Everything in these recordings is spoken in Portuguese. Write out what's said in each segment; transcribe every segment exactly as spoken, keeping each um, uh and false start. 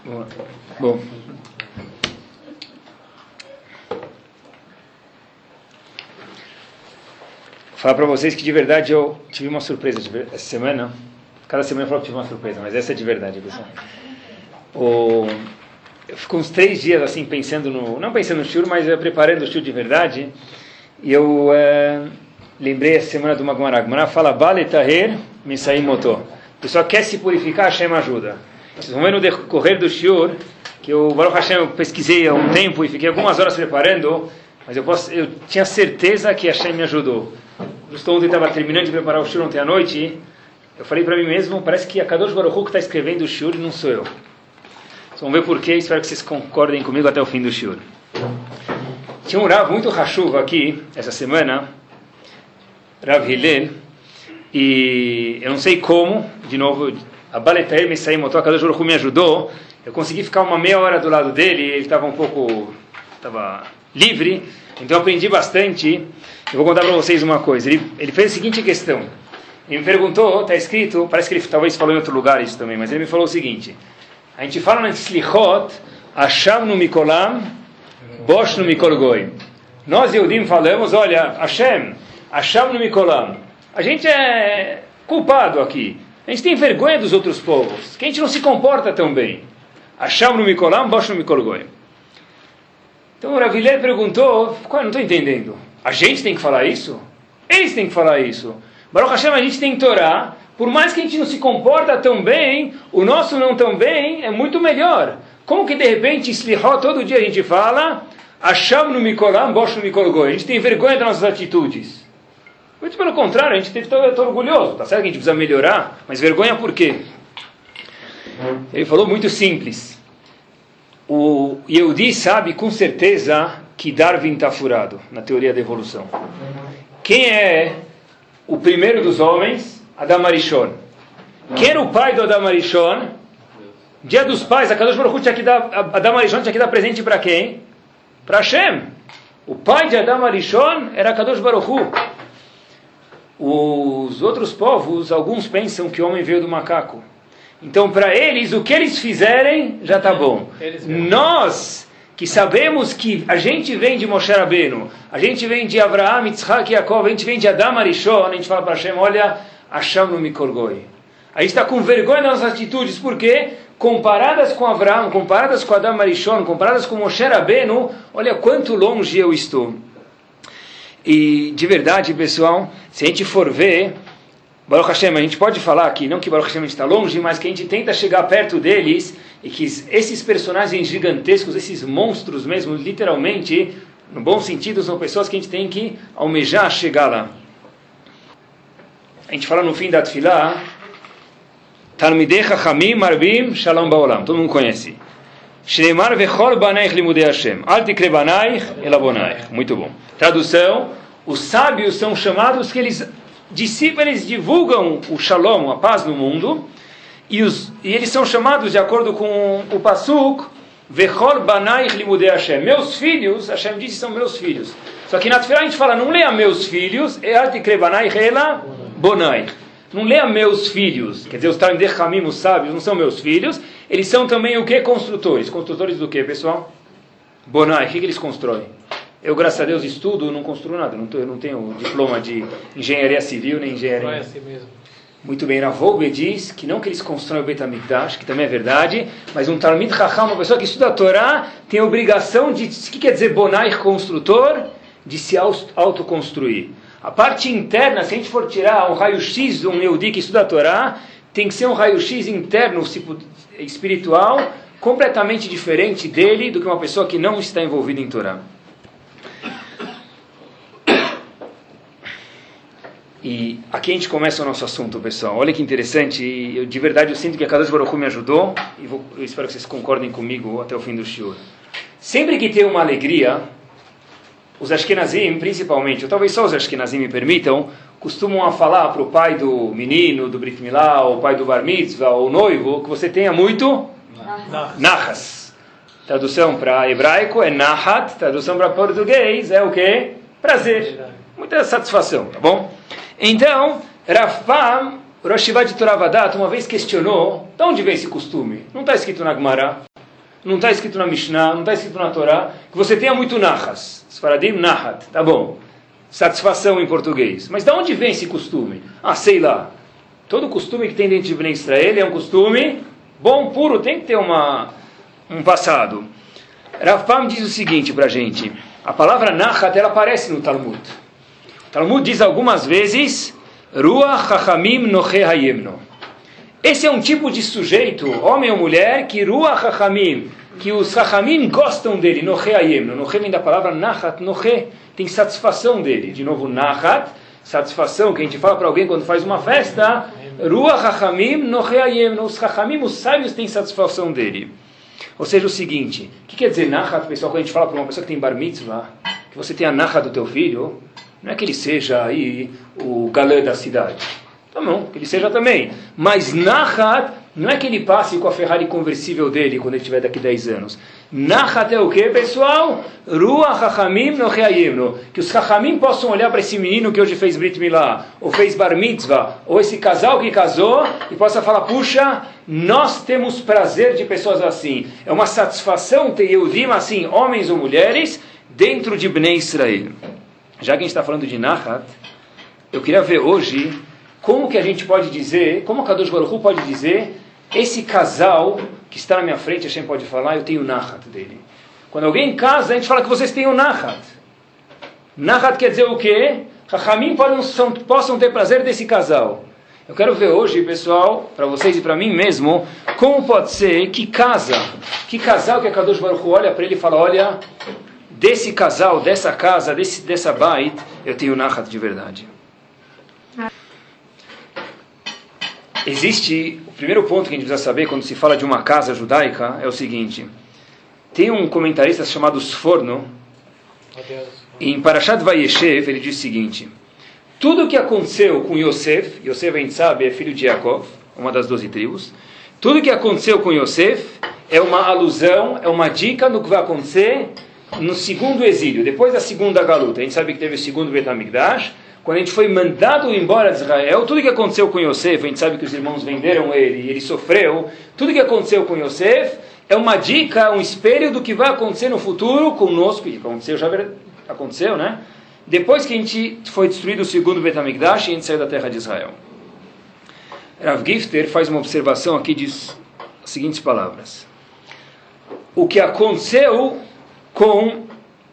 Bom, bom. Vou falar para vocês que de verdade eu tive uma surpresa essa semana. Cada semana eu falo que tive uma surpresa, mas essa é de verdade, pessoal. O... Eu fico uns três dias assim pensando no... Não pensando no shiur, mas preparando o shiur de verdade. E eu é... lembrei essa semana de uma Gemara. A Gemara fala, Bale Taher Misaim Moto. O pessoal quer se purificar, Hashem ajuda. Vocês vão ver no decorrer do shiur, que eu, Baruch Hashem, eu pesquisei há um tempo e fiquei algumas horas preparando, mas eu, posso, eu tinha certeza que Hashem me ajudou. Justo ontem estava terminando de preparar o shiur ontem à noite, eu falei para mim mesmo, parece que a Kadosh Baruch Hu que está escrevendo o shiur e não sou eu. Vocês vão ver porquê, espero que vocês concordem comigo até o fim do shiur. Tinha um Rav muito rachuva aqui, essa semana, Rav Hillel, e eu não sei como, de novo, a Baletair me saiu, a Kadosh Baruch Hu me ajudou, eu consegui ficar uma meia hora do lado dele, ele estava um pouco estava livre, então eu aprendi bastante. Eu vou contar para vocês uma coisa. Ele, ele fez a seguinte questão, ele me perguntou, está escrito, parece que ele talvez falou em outro lugar isso também, mas ele me falou o seguinte, a gente fala na Slichot, Hashem no Mikolam, Bosh no Mikol Goy. Nós, Yehudim, falamos, olha, Hashem, Hashem no Mikolam, a gente é culpado aqui. A gente tem vergonha dos outros povos, que a gente não se comporta tão bem. Hashem no Mikolam, Bosh no Mikol Goy. Então o Rav Hillel perguntou, eu não estou entendendo. A gente tem que falar isso? Eles têm que falar isso. Baruch Hashem, a gente tem Torá, por mais que a gente não se comporta tão bem, o nosso não tão bem é muito melhor. Como que de repente, Slichot, todo dia a gente fala, Hashem no Mikolam, Bosh no Mikol Goy. A gente tem vergonha das nossas atitudes. Muito pelo contrário, a gente está orgulhoso. Tá certo que a gente precisa melhorar, mas vergonha por quê? Ele falou muito simples. O Yehudi sabe com certeza que Darwin está furado na teoria da evolução. Quem é o primeiro dos homens? Adam Arishon. Quem era o pai do Adam Arishon? Dia dos pais, a Kadosh Baruch Hu tinha que dar, Adam Arishon tinha que dar presente para quem? Para Hashem. O pai de Adam Arishon era Kadosh Baruch Hu. Os outros povos, alguns pensam que o homem veio do macaco. Então, para eles, o que eles fizerem, já está bom. Nós, que sabemos que a gente vem de Moshe Rabbeinu, a gente vem de Avraham, Yitzhak e Yaakov, a gente vem de Adam Arishon, a gente fala para Hashem, olha, Hashem no Mikol Goy. A gente está com vergonha das nossas atitudes, porque comparadas com Avraham, comparadas com Adam Arishon, comparadas com Moshe Rabbeinu, olha quanto longe eu estou. E, de verdade, pessoal, se a gente for ver, Baruch Hashem, a gente pode falar aqui, não que Baruch Hashem está longe, mas que a gente tenta chegar perto deles, e que esses personagens gigantescos, esses monstros mesmo, literalmente, no bom sentido, são pessoas que a gente tem que almejar chegar lá. A gente fala no fim da Tfilah, Talmidei Chachamim Marbim Shalom Baolam, todo mundo conhece. Shneimar vechol banaich limudei Hashem. Al tikre banaich elabonaich. Muito bom. Tradução, os sábios são chamados que eles discípulos, eles divulgam o shalom, a paz no mundo, e, os, e eles são chamados, de acordo com o Pasuk, vechol banaich limudei Hashem. Meus filhos, Hashem disse, são meus filhos. Só que na Tefilá a gente fala, não leia meus filhos, e al tikre banaich elabonaich. Não leia meus filhos, quer dizer, os Talmidei Chachamim, os sábios, não são meus filhos, eles são também o que? Construtores. Construtores do que, pessoal? Bonai, o que, que eles constroem? Eu, graças a Deus, estudo, não construo nada, não tô, eu não tenho diploma de engenharia civil, nem engenharia... Não é assim mesmo. Muito bem, Ravolbe diz que não que eles constroem o Beit HaMikdash, que também é verdade, mas um Talmid Chacham, uma pessoa que estuda a Torá, tem a obrigação de... O que quer dizer Bonai, construtor? De se autoconstruir. A parte interna, se a gente for tirar um raio-x de um Yehudi que estuda a Torá, tem que ser um raio-x interno, espiritual, completamente diferente dele do que uma pessoa que não está envolvida em Torá. E aqui a gente começa o nosso assunto, pessoal. Olha que interessante, eu, de verdade eu sinto que a Kadosh Baruch Hu me ajudou, e vou, eu espero que vocês concordem comigo até o fim do shiur. Sempre que tem uma alegria, os Ashkenazim, principalmente, ou talvez só os Ashkenazim me permitam, costumam a falar para o pai do menino, do Brit Milá, ou o pai do Bar Mitzvah, ou o noivo, que você tenha muito Nachas. Tradução para hebraico é Nahat, tradução para português é o quê? Prazer. Muita satisfação, tá bom? Então, Rav Pam, Rosh Yeshiva de Torah Vadat, uma vez questionou, de onde vem esse costume? Não está escrito na Gemara. não está escrito na Mishnah, não está escrito na Torá, que você tenha muito nachas. Sfaradim, nahat, tá bom. Satisfação em português. Mas de onde vem esse costume? Ah, sei lá. Todo costume que tem dentro de Bnei Israel é um costume bom, puro, tem que ter uma, um passado. Rav Pam diz o seguinte para a gente. A palavra nahat, ela aparece no Talmud. O Talmud diz algumas vezes, Ruach Chachamim Noche Hayemno. Esse é um tipo de sujeito, homem ou mulher, que Ruach Chachamim, que os Chachamim gostam dele, Noche Hayemno. Noche vem da palavra nahat, Noche, tem satisfação dele. De novo, nahat, satisfação, que a gente fala para alguém quando faz uma festa, Ruach Chachamim Noche Hayemno. Os Chachamim, os sábios, têm satisfação dele. Ou seja, o seguinte, o que quer dizer nahat, pessoal, quando a gente fala para uma pessoa que tem bar mitzvah, que você tem a nahat do teu filho, não é que ele seja aí o galã da cidade. Tá bom, que ele seja também. Mas nahat não é que ele passe com a Ferrari conversível dele quando ele tiver daqui dez anos. Nahat é o que, pessoal? Ruach Chachamim Noche Hayemno. Que os Chachamim possam olhar para esse menino que hoje fez Brit Milá, ou fez Bar Mitzvah, ou esse casal que casou, e possa falar, puxa, nós temos prazer de pessoas assim. É uma satisfação ter Yehudim assim, homens ou mulheres, dentro de Bnei Israel. Já que a gente está falando de Nahat, eu queria ver hoje como que a gente pode dizer, como o Kadosh Baruch Hu pode dizer, esse casal que está na minha frente, a gente pode falar, eu tenho Nahat dele. Quando alguém casa, a gente fala que vocês têm o Nahat. Nahat quer dizer o quê? Chachamim possam ter prazer desse casal. Eu quero ver hoje, pessoal, para vocês e para mim mesmo, como pode ser que casa, que casal que a Kadosh Baruch Hu olha para ele e fala, olha, desse casal, dessa casa, desse, dessa bait, eu tenho Nahat de verdade. Existe, o primeiro ponto que a gente precisa saber quando se fala de uma casa judaica é o seguinte. Tem um comentarista chamado Sforno, e em Parashat Vayeshev ele diz o seguinte. Tudo o que aconteceu com Yosef, Yosef a gente sabe é filho de Yaakov, uma das doze tribos, tudo o que aconteceu com Yosef é uma alusão, é uma dica no que vai acontecer no segundo exílio, depois da segunda galuta. A gente sabe que teve o segundo Bet HaMikdash. Quando a gente foi mandado embora de Israel, tudo que aconteceu com Yosef, a gente sabe que os irmãos venderam ele e ele sofreu, tudo que aconteceu com Yosef é uma dica, um espelho do que vai acontecer no futuro conosco, e aconteceu, já aconteceu, né? Depois que a gente foi destruído o segundo Bet HaMikdash e a gente saiu da terra de Israel. Rav Gifter faz uma observação aqui, diz as seguintes palavras. O que aconteceu com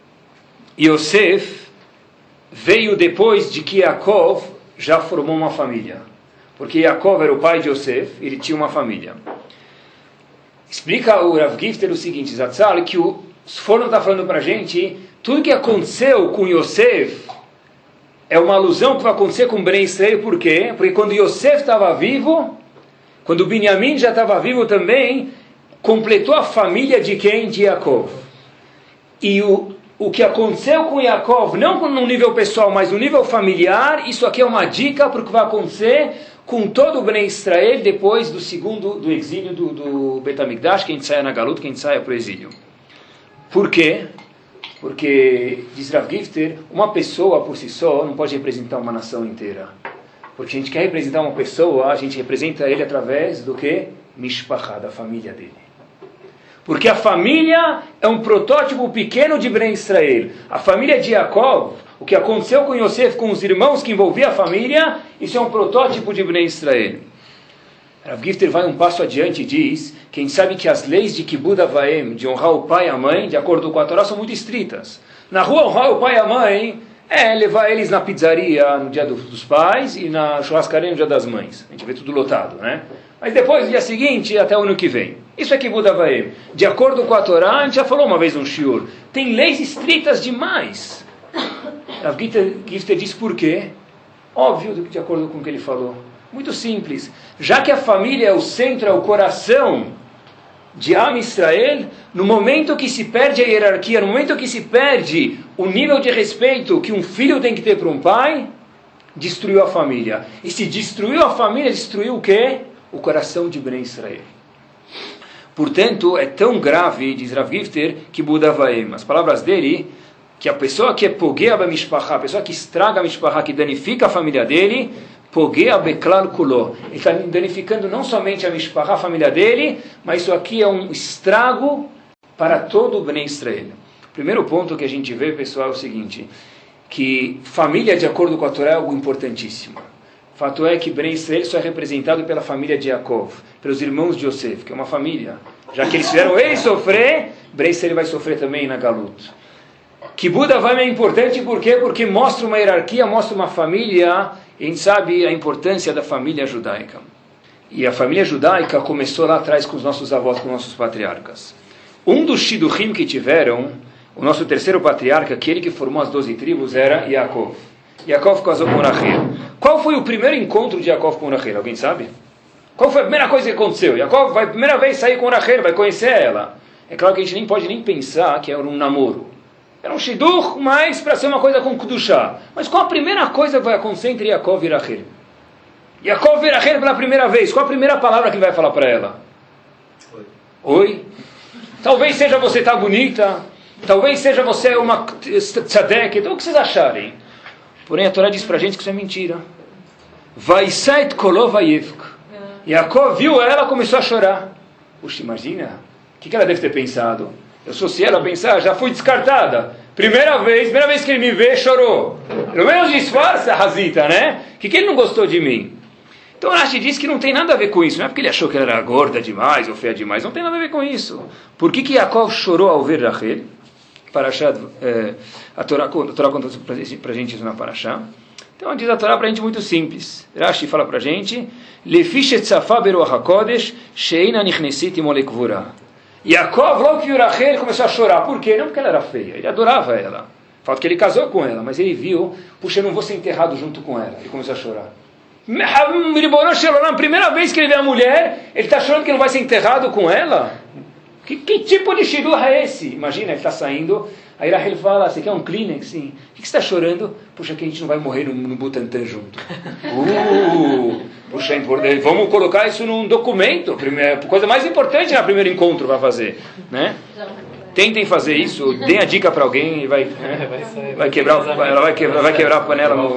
Yosef veio depois de que Yaakov já formou uma família. Porque Yaakov era o pai de Yosef, ele tinha uma família. Explica o Rav Gifter o seguinte, Zatzal, que o Sforno está falando para a gente, tudo que aconteceu com Yosef é uma alusão que vai acontecer com Bnei Israel, por quê? Porque quando Yosef estava vivo, quando Binyamin já estava vivo também, completou a família de quem? De Yaakov. E o O que aconteceu com Yaakov, não no nível pessoal, mas no nível familiar, isso aqui é uma dica para o que vai acontecer com todo o Bnei Israel depois do segundo, do exílio do, do Bet HaMikdash, que a gente saia na galuta, que a gente saia para o exílio. Por quê? Porque, diz Rav Gifter, uma pessoa por si só não pode representar uma nação inteira. Porque a gente quer representar uma pessoa, a gente representa ele através do que? Mishpachá, da família dele. Porque a família é um protótipo pequeno de Bnei Israel. A família de Yaakov, o que aconteceu com Yosef, com os irmãos que envolvia a família, isso é um protótipo de Bnei Israel. Rav Gifter vai um passo adiante e diz que a gente sabe que as leis de Kibud Avaim, de honrar o pai e a mãe, de acordo com a Torá, são muito estritas. Na rua, honrar o pai e a mãe é levar eles na pizzaria no dia dos pais e na churrascaria no dia das mães. A gente vê tudo lotado, né? Mas depois, no dia seguinte, até o ano que vem. Isso é Kibud Avaim. De acordo com a Torá, a gente já falou uma vez no shiur, tem leis estritas demais. Rav Gifter diz por quê? Óbvio, de acordo com o que ele falou. Muito simples. Já que a família é o centro, é o coração de Am Israel, no momento que se perde a hierarquia, no momento que se perde o nível de respeito que um filho tem que ter para um pai, destruiu a família. E se destruiu a família, destruiu o quê? O coração de Bnei Israel. Portanto, é tão grave, diz Rav Gifter, que Buda Vaem. As palavras dele, que a pessoa que é pogea b'mishpachá, a pessoa que estraga a mishpachá, que danifica a família dele, pogea beklal kulo. Ele está danificando não somente a mishpachá, a família dele, mas isso aqui é um estrago para todo o Bnei Israel. O primeiro ponto que a gente vê, pessoal, é o seguinte, que família, de acordo com a Torá, é algo importantíssimo. O fato é que Bnei Israel só é representado pela família de Yaakov, pelos irmãos de Yosef, que é uma família. Já que eles fizeram ele sofrer, Bnei Israel vai sofrer também na Galut. Kibud Avayim é importante por quê? Porque mostra uma hierarquia, mostra uma família, e a gente sabe a importância da família judaica. E a família judaica começou lá atrás com os nossos avós, com os nossos patriarcas. Um dos Shiduchim que tiveram, o nosso terceiro patriarca, aquele que formou as doze tribos, era Yaakov. Yaakov casou com Rachel. Qual foi o primeiro encontro de Yaakov com Rachel? Alguém sabe? Qual foi a primeira coisa que aconteceu? Yaakov vai a primeira vez sair com Rachel, vai conhecer ela. É claro que a gente nem pode nem pensar que era um namoro. Era um Shiduch, mas para ser uma coisa com Kedushá. Mas qual a primeira coisa que vai acontecer entre Yaakov e Rachel? Yaakov e Rachel pela primeira vez. Qual a primeira palavra que ele vai falar para ela? Oi. Oi? Talvez seja você tá bonita. Talvez seja você uma tzadek. Então o que vocês acharem? Porém a Torá diz para a gente que isso é mentira. Vaisait kolov vayevk. Yaakov viu ela, começou a chorar. Puxa, imagina. O que, que ela deve ter pensado? Eu sou se ela pensar, já fui descartada. Primeira vez, primeira vez que ele me vê, chorou. Pelo menos disfarça a Razita, né? Que que ele não gostou de mim? Então Rashi diz que não tem nada a ver com isso. Não é porque ele achou que ela era gorda demais ou feia demais. Não tem nada a ver com isso. Por que que Yaakov chorou ao ver Rachel? Parashá, é, a Torá, a Torá conta para a gente isso na Parashá. Então diz a Torá para a gente muito simples. Rashi fala para a gente: Lefish etzafa beruach hakodesh sheina nichnesit imolekvura. Yaakov, logo que viu Rachel, começou a chorar. Por quê? Não porque ela era feia. Ele adorava ela. Falta que ele casou com ela, mas ele viu, puxa, eu não vou ser enterrado junto com ela. Ele começou a chorar. Na primeira vez que ele vê a mulher, ele está chorando que não vai ser enterrado com ela? Que, que tipo de shidur é esse? Imagina, ele está saindo, aí Rachel fala, você quer um Kleenex? Sim. O que, que você está chorando? Puxa, que a gente não vai morrer no, no Butantã junto. Uh, puxa, vamos colocar isso num documento. A coisa mais importante no primeiro encontro vai fazer. Né? Tentem fazer isso, deem a dica para alguém e vai, vai quebrar, ela vai quebrar, vai quebrar a panela no...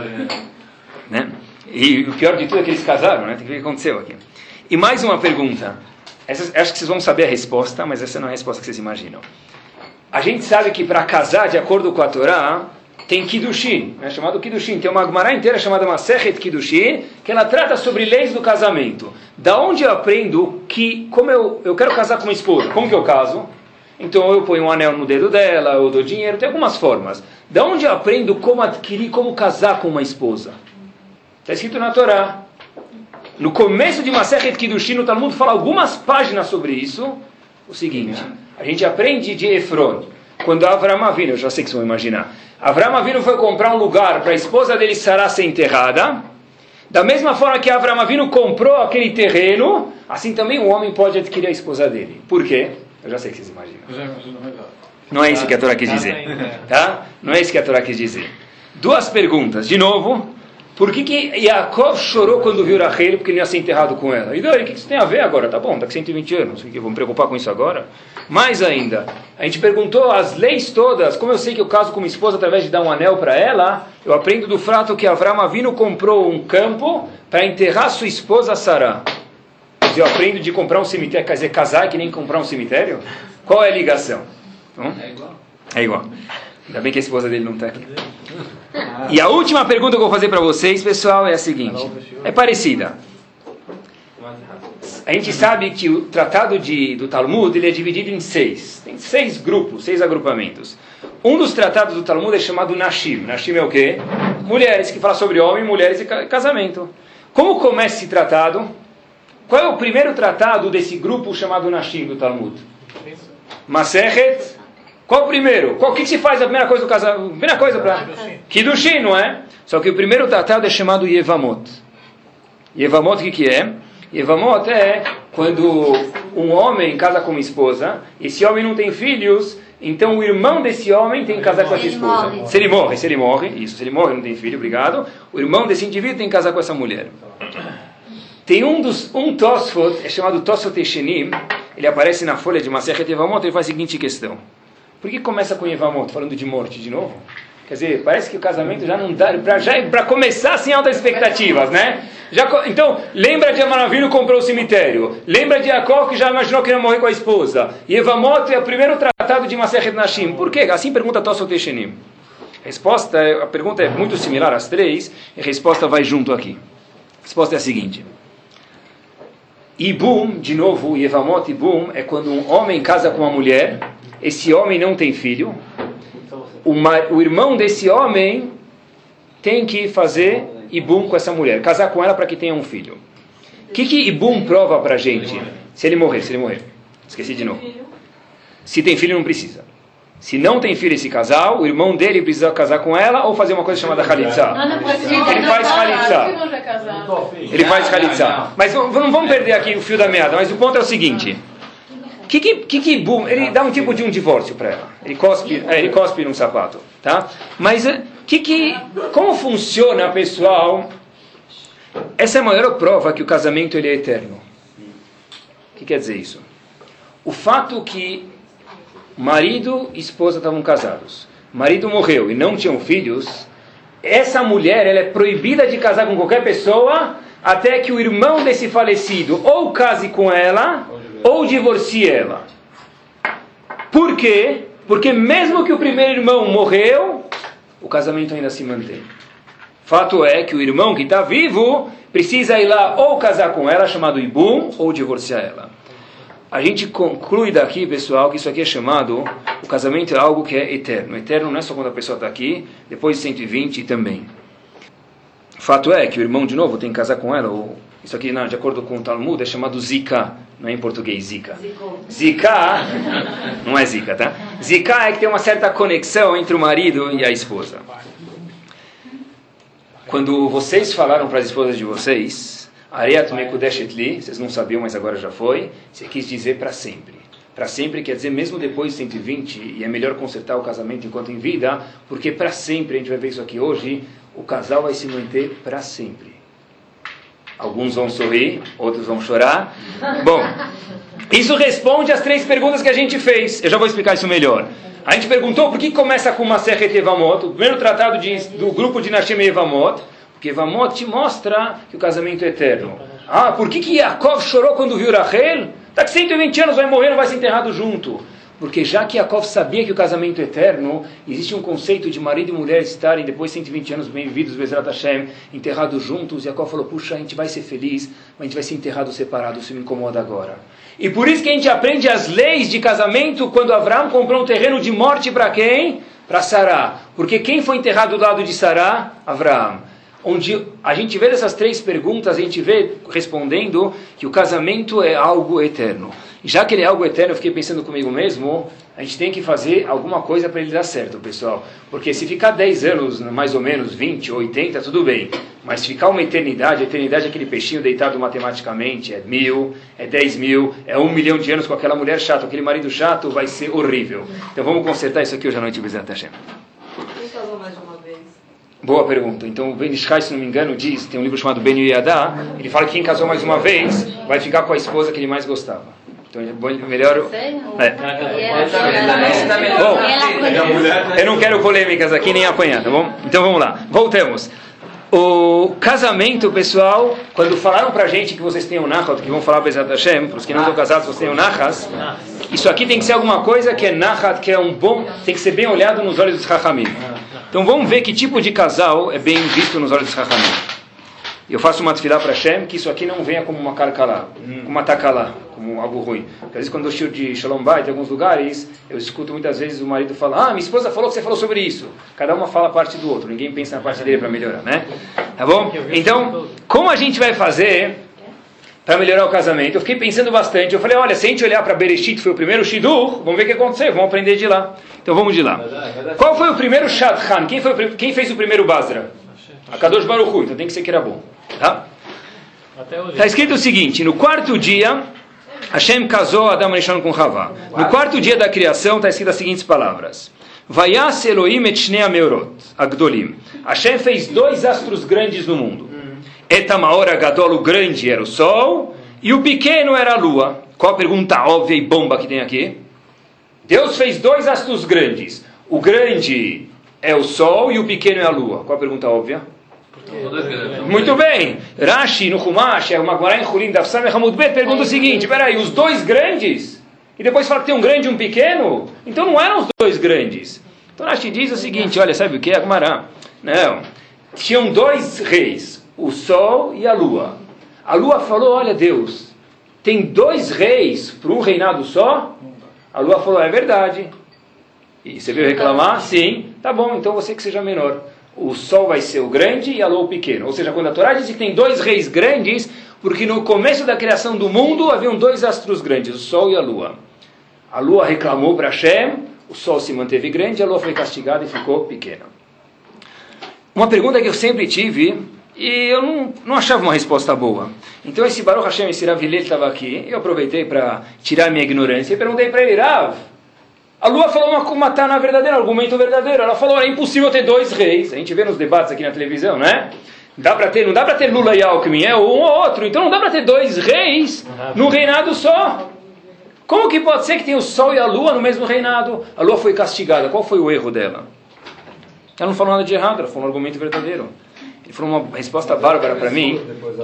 Né? E o pior de tudo é que eles casaram, né? Tem que ver o que aconteceu aqui. E mais uma pergunta. Essa, acho que vocês vão saber a resposta, mas essa não é a resposta que vocês imaginam. A gente sabe que para casar, de acordo com a Torá, tem Kiddushin, né? Chamado Kiddushin. Tem uma Gemara inteira chamada Masechet Kiddushin, que ela trata sobre leis do casamento. Da onde eu aprendo que, como eu, eu quero casar com uma esposa, como que eu caso? Então eu ponho um anel no dedo dela, eu dou dinheiro, tem algumas formas. Da onde eu aprendo como adquirir, como casar com uma esposa? Está escrito na Torá. No começo de Masechet Kiddushin, no Talmud fala algumas páginas sobre isso. O seguinte, a gente aprende de Efron. Quando Avram Avinu, eu já sei que vocês vão imaginar. Avram Avinu foi comprar um lugar para a esposa dele Sará ser enterrada. Da mesma forma que Avram Avinu comprou aquele terreno, assim também o homem pode adquirir a esposa dele. Por quê? Eu já sei que vocês imaginam. Não é isso que a Torá quis dizer. Tá? Não é isso que a Torá quis dizer. Duas perguntas. De novo, por que que Yaakov chorou quando viu Rachel? Porque ele ia ser enterrado com ela. E daí, o que isso tem a ver agora? Tá bom, daqui cento e vinte anos. Vamos me preocupar com isso agora? Mais ainda, a gente perguntou as leis todas. Como eu sei que eu caso com minha esposa através de dar um anel para ela, eu aprendo do fato que Avram Avinu comprou um campo para enterrar sua esposa Sará. Eu aprendo de comprar um cemitério, quer dizer, casar é que nem comprar um cemitério? Qual é a ligação? Hum? É igual. É igual. Ainda bem que a esposa dele não está aqui. E a última pergunta que eu vou fazer para vocês, pessoal, é a seguinte. É parecida. A gente sabe que o tratado de, do Talmud ele é dividido em seis. Tem seis grupos, seis agrupamentos. Um dos tratados do Talmud é chamado Nashim. Nashim é o quê? Mulheres, que fala sobre homem, mulheres e casamento. Como começa esse tratado? Qual é o primeiro tratado desse grupo chamado Nashim do Talmud? Masechet. Qual o primeiro? Qual que se faz a primeira coisa do casamento? Primeira coisa para Kiddushin, não é? Só que o primeiro tratado é chamado Yevamot. Yevamot o que, que é? Yevamot é quando um homem casa com uma esposa, esse homem não tem filhos, então o irmão desse homem tem que casar com essa esposa. Se ele morre, se ele morre, isso, se ele morre não tem filho, obrigado, o irmão desse indivíduo tem que casar com essa mulher. Tem um dos, um Tosfot, é chamado Tosfot Eshenim, ele aparece na folha de Masechet Yevamot, ele faz a seguinte questão. Por que começa com Yevamot, falando de morte de novo? Quer dizer, parece que o casamento já não dá, para já para começar sem altas expectativas, né? Já, então, lembra de Amanavino comprou o cemitério. Lembra de Jacob que já imaginou que ia morrer com a esposa. E Evamot é o primeiro tratado de Masechet Nashim. Por quê? Assim pergunta Tosfot Eshenim. A resposta, a pergunta é muito similar às três, e a resposta vai junto aqui. A resposta é a seguinte. Ibum, de novo, Evamot Ibum, é quando um homem casa com uma mulher, esse homem não tem filho, o, mar, o irmão desse homem tem que fazer Ibum com essa mulher, casar com ela para que tenha um filho. O que, que Ibum prova para a gente? Se ele morrer, se ele morrer. Esqueci de novo. Se tem filho, não precisa. Se não tem filho esse casal, o irmão dele precisa casar com ela ou fazer uma coisa chamada Khalitsa. Ele faz Khalitsa. Ele faz Khalitsa. Mas não vamos perder aqui o fio da meada. Mas o ponto é o seguinte. Que que, que, que Ibum, ele dá um tipo de um divórcio para ela. Ele cospe, é, ele cospe num sapato. Tá? Mas que que, como funciona, pessoal? Essa é a maior prova que o casamento ele é eterno. O que quer dizer isso? O fato que marido e esposa estavam casados. Marido morreu e não tinham filhos. Essa mulher ela é proibida de casar com qualquer pessoa até que o irmão desse falecido ou case com ela ou divorcie ela. Por quê? Porque mesmo que o primeiro irmão morreu, o casamento ainda se mantém. Fato é que o irmão que está vivo precisa ir lá ou casar com ela, chamado Ibum, ou divorciar ela. A gente conclui daqui, pessoal, que isso aqui é chamado, o casamento é algo que é eterno. Eterno não é só quando a pessoa está aqui, depois de cento e vinte também. Fato é que o irmão, de novo, tem que casar com ela, ou isso aqui, de acordo com o Talmud, é chamado Zika, não é em português, Zika. Zika, não é Zika, tá? Zika é que tem uma certa conexão entre o marido e a esposa. Quando vocês falaram para as esposas de vocês, Ariat Mekudeshet Li, vocês não sabiam, mas agora já foi, você quis dizer para sempre. Para sempre quer dizer mesmo depois de cento e vinte, e é melhor consertar o casamento enquanto em vida, porque para sempre, a gente vai ver isso aqui hoje, o casal vai se manter para sempre. Alguns vão sorrir, outros vão chorar. Bom, isso responde às três perguntas que a gente fez. Eu já vou explicar isso melhor. A gente perguntou por que começa com Masechet Evamot, o primeiro tratado de, do grupo de Nashim Evamot, porque Evamot te mostra que o casamento é eterno. Ah, por que que Yaakov chorou quando viu Rachel? Daqui cento e vinte anos vai morrer, não vai ser enterrado junto. Porque já que Yaakov sabia que o casamento é eterno, existe um conceito de marido e mulher estarem, depois de cento e vinte anos bem-vividos, Bezrat Hashem, enterrados juntos. Yaakov falou, puxa, a gente vai ser feliz, mas a gente vai ser enterrado separado, isso me incomoda agora. E por isso que a gente aprende as leis de casamento quando Avraham comprou um terreno de morte para quem? Para Sará. Porque quem foi enterrado do lado de Sará? Avraham. Onde a gente vê dessas três perguntas, a gente vê respondendo que o casamento é algo eterno. E já que ele é algo eterno, eu fiquei pensando comigo mesmo, a gente tem que fazer alguma coisa para ele dar certo, pessoal. Porque se ficar dez anos, mais ou menos, vinte, oitenta, tudo bem. Mas se ficar uma eternidade, a eternidade é aquele peixinho deitado matematicamente, é mil, é dez mil, é um milhão de anos com aquela mulher chata, aquele marido chato, vai ser horrível. Então vamos consertar isso aqui hoje à noite, Bezrat Hashem. Quem casou mais de uma vez? Boa pergunta. Então o Ben Ishai, se não me engano, diz, tem um livro chamado Ben Yadá, ele fala que quem casou mais uma vez vai ficar com a esposa que ele mais gostava. Então é melhor... É. Bom, eu não quero polêmicas aqui nem apanhar, tá bom? Então vamos lá, voltamos. O casamento, pessoal, quando falaram pra gente que vocês têm um nachat, que vão falar Bezrat Hashem, para os que não estão casados, vocês têm um nachas, isso aqui tem que ser alguma coisa que é nachat, que é um bom, tem que ser bem olhado nos olhos dos Chachamim. Então vamos ver que tipo de casal é bem visto nos olhos dos Chachamim. Eu faço uma tefilá para Hashem, que isso aqui não venha como uma carcalá, como uma takalá, como algo ruim. Porque às vezes quando eu chego de Shalom Bayit em alguns lugares, eu escuto muitas vezes o marido falar, ah, minha esposa falou que você falou sobre isso. Cada uma fala a parte do outro, ninguém pensa na parte dele para melhorar, né? Tá bom? Então, como a gente vai fazer para melhorar o casamento? Eu fiquei pensando bastante, eu falei, olha, se a gente olhar para Bereshit, que foi o primeiro Shidur, vamos ver o que aconteceu, vamos aprender de lá. Então vamos de lá. Qual foi o primeiro Shadchan? Quem, foi, quem fez o primeiro Basra? A Kadosh Baruch Hu, então tem que ser que era bom. Tá? Está escrito o seguinte, no quarto dia, Hashem casou Adam Rishon com Havá. No quarto dia da criação está escrito as seguintes palavras. Vayas Elohim et shnei hameorot, agdolim. Hashem fez dois astros grandes no mundo. Etamaor Agadol, o grande era o sol, e o pequeno era a lua. Qual a pergunta óbvia e bomba que tem aqui? Deus fez dois astros grandes. O grande é o sol e o pequeno é a lua. Qual a pergunta óbvia? Muito bem. Rashi, no Humash, é uma Guará em Hulim, da Fsam e Hamud Bet, pergunta o seguinte, peraí, os dois grandes, e depois fala que tem um grande e um pequeno? Então não eram os dois grandes. Então Rashi diz o seguinte, olha, sabe o que é a Guará? Não, tinham dois reis, o sol e a lua. A lua falou, olha Deus, tem dois reis para um reinado só? A lua falou, é verdade. E você veio reclamar? Sim. Tá bom, então você que seja menor. O sol vai ser o grande e a lua o pequeno. Ou seja, quando a Torá diz que tem dois reis grandes, porque no começo da criação do mundo haviam dois astros grandes, o sol e a lua. A lua reclamou para Hashem, o sol se manteve grande, a lua foi castigada e ficou pequena. Uma pergunta que eu sempre tive, e eu não, não achava uma resposta boa. Então esse Baruch Hashem, esse Rav Hillel estava aqui, eu aproveitei para tirar minha ignorância e perguntei para ele, Rav, a lua falou uma, uma Taná verdadeira, um argumento verdadeiro. Ela falou, é impossível ter dois reis. A gente vê nos debates aqui na televisão, né? Dá pra ter, não dá para ter Lula e Alckmin, é um ou outro. Então não dá para ter dois reis num reinado só. Como que pode ser que tem o sol e a lua no mesmo reinado? A lua foi castigada. Qual foi o erro dela? Ela não falou nada de errado, ela falou um argumento verdadeiro. Ele falou uma resposta bárbara para mim.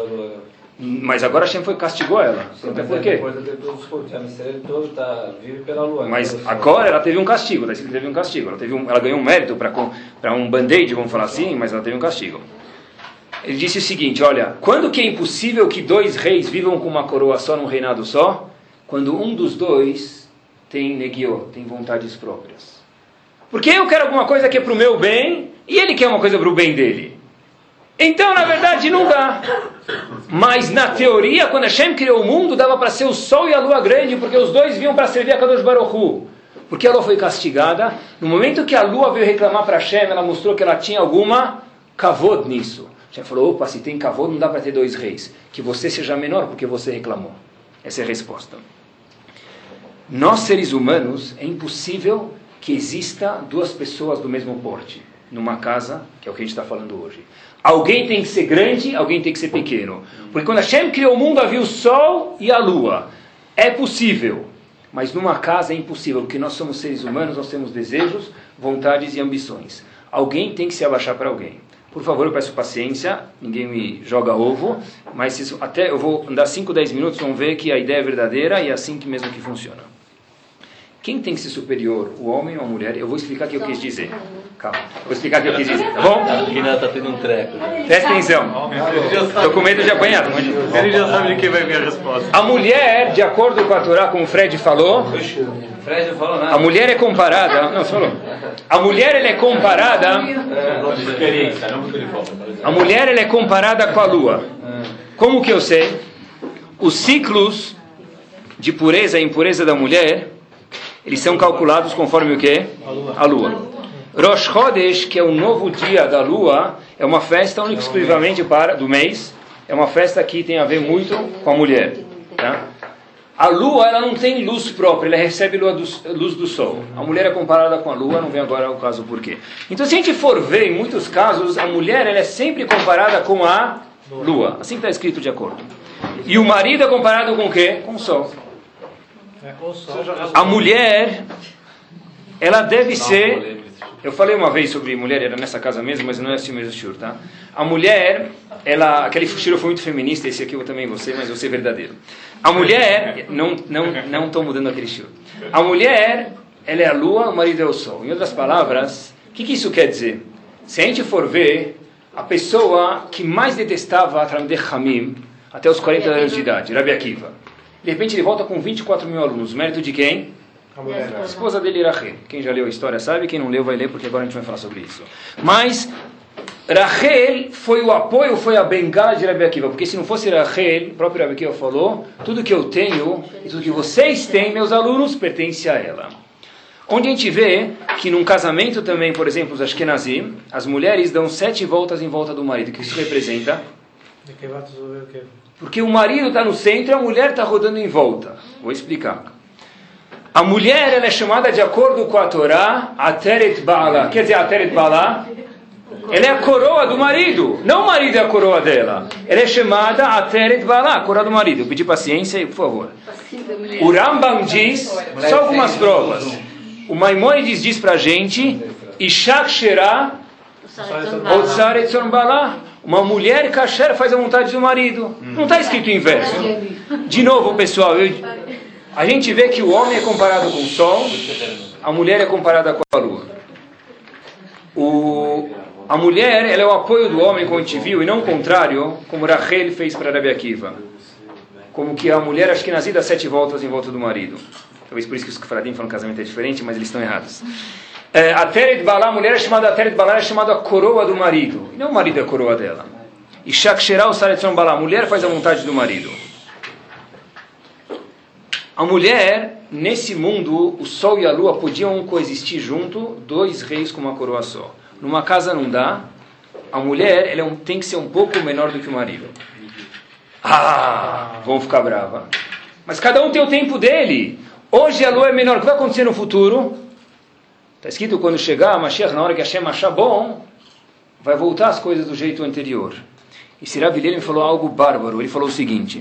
Mas agora Hashem foi castigou ela. Sim, mas por quê? Depois do mistério todo está vive pela lua. Mas agora ela teve um castigo. Ela teve um castigo. Ela, teve um, ela ganhou um mérito para um band-aid, vamos falar assim, mas ela teve um castigo. Ele disse o seguinte, olha, quando que é impossível que dois reis vivam com uma coroa só num reinado só? Quando um dos dois tem neguiô, tem vontades próprias. Porque eu quero alguma coisa que é para o meu bem e ele quer uma coisa para o bem dele. Então, na verdade, não dá. Mas, na teoria, quando Hashem criou o mundo, dava para ser o sol e a lua grande, porque os dois vinham para servir a Kadosh Baruch Hu. Porque a lua foi castigada. No momento que a lua veio reclamar para Hashem, ela mostrou que ela tinha alguma kavod nisso. Hashem falou, opa, se tem kavod, não dá para ter dois reis. Que você seja menor, porque você reclamou. Essa é a resposta. Nós, seres humanos, é impossível que exista duas pessoas do mesmo porte numa casa, que é o que a gente está falando hoje. Alguém tem que ser grande, alguém tem que ser pequeno. Porque quando Hashem criou o mundo, havia o sol e a lua. É possível, mas numa casa é impossível, porque nós somos seres humanos, nós temos desejos, vontades e ambições. Alguém tem que se abaixar para alguém. Por favor, eu peço paciência, ninguém me joga ovo, mas isso, até eu vou andar cinco, dez minutos, vão ver que a ideia é verdadeira e é assim que mesmo que funciona. Quem tem que ser superior, o homem ou a mulher? Eu vou explicar o que eu quis dizer. Calma, vou explicar o que eu quis dizer, tá bom? A menina está tendo um treco. Né? Presta atenção. Estou com medo de apanhar. Ele já sabe de quem vai vir a resposta. A mulher, de acordo com a Torá, como o Fred falou, Fred não falou nada. A mulher é comparada... Não, você falou. A mulher, ela é comparada... A mulher, ela é comparada com a lua. Como que eu sei? Os ciclos de pureza e impureza da mulher... Eles são calculados conforme o quê? A lua. A lua. Rosh Chodesh, que é o novo dia da lua, é uma festa única e exclusivamente para, do mês. É uma festa que tem a ver muito com a mulher. Tá? A lua, ela não tem luz própria, ela recebe lua do, luz do sol. A mulher é comparada com a lua, não vem agora o caso por quê. Então, se a gente for ver, em muitos casos, a mulher ela é sempre comparada com a lua. Assim está escrito de acordo. E o marido é comparado com o quê? Com o sol. A mulher, ela deve ser... Eu falei uma vez sobre mulher, era nessa casa mesmo, mas não é assim mesmo, shur, tá? A mulher, ela... Aquele shur foi muito feminista, esse aqui eu também vou ser, mas eu vou ser verdadeiro. A mulher... Não não não estou mudando aquele shur. A mulher, ela é a lua, o marido é o sol. Em outras palavras, o que, que isso quer dizer? Se a gente for ver, a pessoa que mais detestava a Talmidei Chachamim, até os quarenta anos de idade, Rabi Akiva... De repente ele volta com vinte e quatro mil alunos. Mérito de quem? A mulher. A esposa dele, Rachel. Quem já leu a história sabe, quem não leu vai ler, porque agora a gente vai falar sobre isso. Mas Rachel foi o apoio, foi a bengala de Rabi Akiva. Porque se não fosse Rachel, o próprio Rabi Akiva falou, tudo que eu tenho e tudo que vocês têm, meus alunos, pertence a ela. Onde a gente vê que num casamento também, por exemplo, os Ashkenazim, as mulheres dão sete voltas em volta do marido. O que isso representa? Porque o marido está no centro e a mulher está rodando em volta. Vou explicar. A mulher ela é chamada de acordo com a Torá, Ateret Ba'ala. Quer dizer, Ateret Ba'ala, ela é a coroa do marido. Não o marido é a coroa dela. Ela é chamada Ateret Ba'ala, a coroa do marido. Eu pedi paciência, por favor. O Rambam diz, só algumas provas. O Maimônides diz para a gente Ishak Sherá Otsar Etzon Balá. Uma mulher kasher faz a vontade do marido. Não está escrito inverso. De novo, pessoal, eu, a gente vê que o homem é comparado com o sol, a mulher é comparada com a lua. O, a mulher, ela é o apoio do homem, como a gente viu, e não o contrário, como Rachel fez para Rabi Akiva. Como que a mulher, acho que nasce dá sete voltas em volta do marido. Talvez por isso que os Faradim falam que o casamento é diferente, mas eles estão errados. É, a Teret Balá, a mulher é chamada, a Teret Balá é chamada a coroa do marido. E não o marido é a coroa dela. E Shakshera o Saretzon Balá, a mulher faz a vontade do marido. A mulher, nesse mundo, o sol e a lua podiam coexistir junto, dois reis com uma coroa só. Numa casa não dá. A mulher ela é um, tem que ser um pouco menor do que o marido. Ah, vão ficar brava. Mas cada um tem o tempo dele. Hoje a lua é menor. O que vai acontecer no futuro? Está escrito, quando chegar a Mashiach, na hora que Hashem achar bom, vai voltar as coisas do jeito anterior. E Sirav Hillel me falou algo bárbaro. Ele falou o seguinte: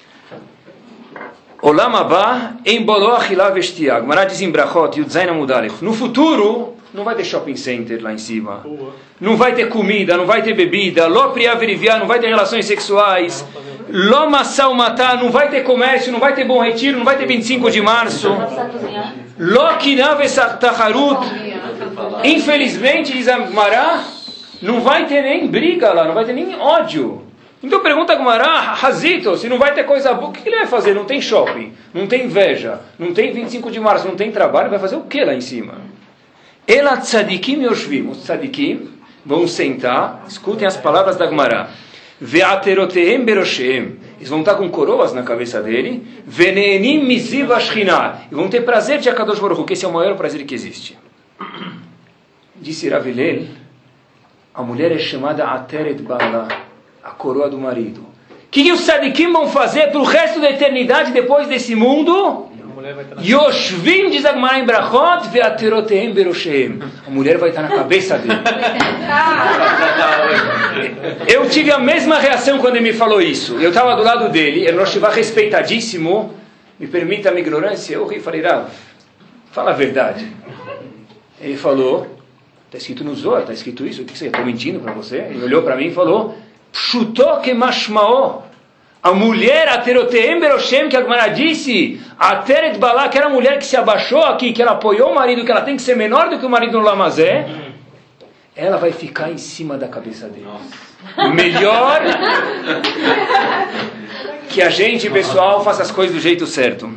Olam Abba em Bolo Achila Vestiag. Mará diz em Brachot, Yudzain Amud Aleph. No futuro, não vai ter shopping center lá em cima. Não vai ter comida, não vai ter bebida. Lo Priya Verivia, não vai ter relações sexuais. Lo Massal Matá, não vai ter comércio, não vai ter bom retiro, não vai ter vinte e cinco de março. Lo Kinav Taharut. Infelizmente, diz a Mará, não vai ter nem briga lá, não vai ter nem ódio. Então pergunta a Gumará, Hazito, se não vai ter coisa boa, o que ele vai fazer? Não tem shopping, não tem inveja, não tem vinte e cinco de março, não tem trabalho, vai fazer o que lá em cima? Ela tzadikim yoshvim, os tzadikim vão sentar, escutem as palavras da Gumará. Ve'aterotehem beroshem, eles vão estar com coroas na cabeça dele. Venenim miziv ashchinah, e vão ter prazer de Akadosh Baruch Hu, que esse é o maior prazer que existe. Disse Rav Hillel, a mulher é chamada Ateret Bala, a coroa do marido. O que, que os tzadikim vão fazer para o resto da eternidade depois desse mundo? Yoshvim, diz a Gemara em Brachot, ve'aterotehem beroshem. A mulher vai estar na cabeça dele. Eu tive a mesma reação quando ele me falou isso. Eu estava do lado dele, ele estava respeitadíssimo. Me permita a minha ignorância. Eu ri e falei, Rav, fala a verdade. Ele falou, está escrito no Zohar, está escrito isso, o que você está mentindo para você? Ele olhou para mim e falou, Pshuto que mashmao. A mulher, a Terotehem Beroshem, que a Gemara disse, a Teret Balá, que era a mulher que se abaixou aqui, que ela apoiou o marido, que ela tem que ser menor do que o marido no Lamazé, ela vai ficar em cima da cabeça dele. Melhor que a gente, pessoal, faça as coisas do jeito certo.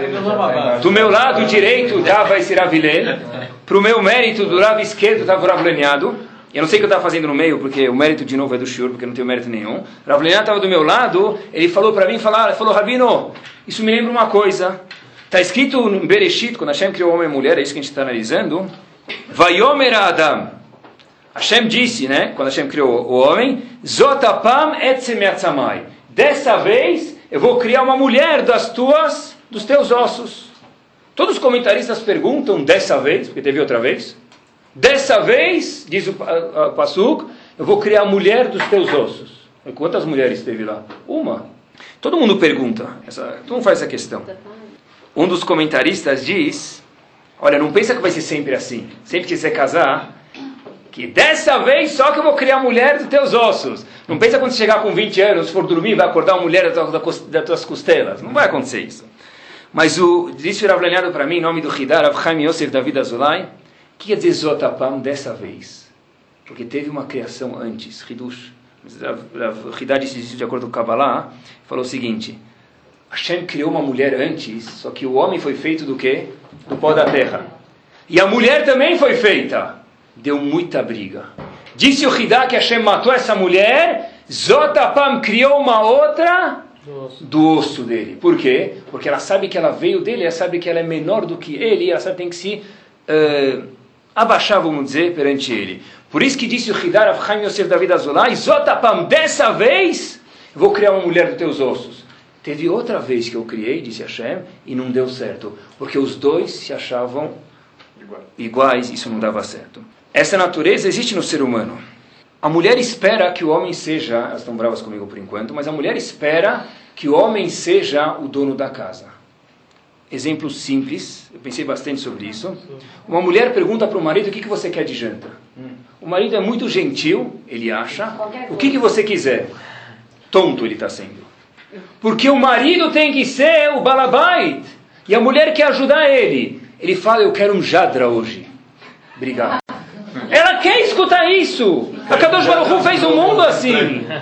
Do meu lado direito estava esse Rav Hillel, para o meu mérito do lado esquerdo estava o Rav Leniado. Eu não sei o que eu estava fazendo no meio, porque o mérito de novo é do Shur, porque eu não tenho mérito nenhum. Rav Leniado estava do meu lado, ele falou para mim, falou, ele falou, Rabino, isso me lembra uma coisa. Está escrito no Bereshit, quando Hashem criou homem e mulher, é isso que a gente está analisando. Vayomer Adam. Hashem disse, né, quando Hashem criou o homem, Zotapam etzem yatzamai. Dessa vez, eu vou criar uma mulher das tuas, dos teus ossos. Todos os comentaristas perguntam, dessa vez, porque teve outra vez. Dessa vez, diz o Pasuk, eu vou criar a mulher dos teus ossos. E quantas mulheres teve lá? Uma. Todo mundo pergunta, essa, todo mundo faz essa questão. Um dos comentaristas diz, olha, não pensa que vai ser sempre assim. Sempre que você casar, que dessa vez só que eu vou criar a mulher dos teus ossos. Não pensa quando você chegar com vinte anos, for dormir, vai acordar uma mulher das tuas costelas. Não vai acontecer isso. Mas o, disse o Rav Leniado para mim, em nome do Hidar, Rav Chaim Yosef David Azulay, o que quer dizer Zotapam dessa vez? Porque teve uma criação antes, Hidush. O Hidar disse isso de acordo com o Kabbalah, falou o seguinte, Hashem criou uma mulher antes, só que o homem foi feito do quê? Do pó da terra. E a mulher também foi feita. Deu muita briga. Disse o Hidar que Hashem matou essa mulher, Zotapam criou uma outra do osso dele. Por quê? Porque ela sabe que ela veio dele, ela sabe que ela é menor do que ele, e ela sabe que tem que se... Uh, abaixar, vamos dizer, perante ele. Por isso que disse o Hidar Rav Chaim Yosef David Azulay, Zotapam, dessa vez, eu vou criar uma mulher dos teus ossos. Teve outra vez que eu criei, disse Hashem, e não deu certo. Porque os dois se achavam iguais, isso não dava certo. Essa natureza existe no ser humano. A mulher espera que o homem seja, elas estão bravas comigo por enquanto, mas a mulher espera que o homem seja o dono da casa. Exemplo simples, eu pensei bastante sobre isso. Uma mulher pergunta para o marido o que, que você quer de janta. O marido é muito gentil, ele acha. O que, que você quiser? Tonto ele está sendo. Porque o marido tem que ser o balabait. E a mulher quer ajudar ele. Ele fala, eu quero um jadra hoje. Obrigado. Ela quer escutar isso. A Kadosh Baruch Hu fez o mundo assim.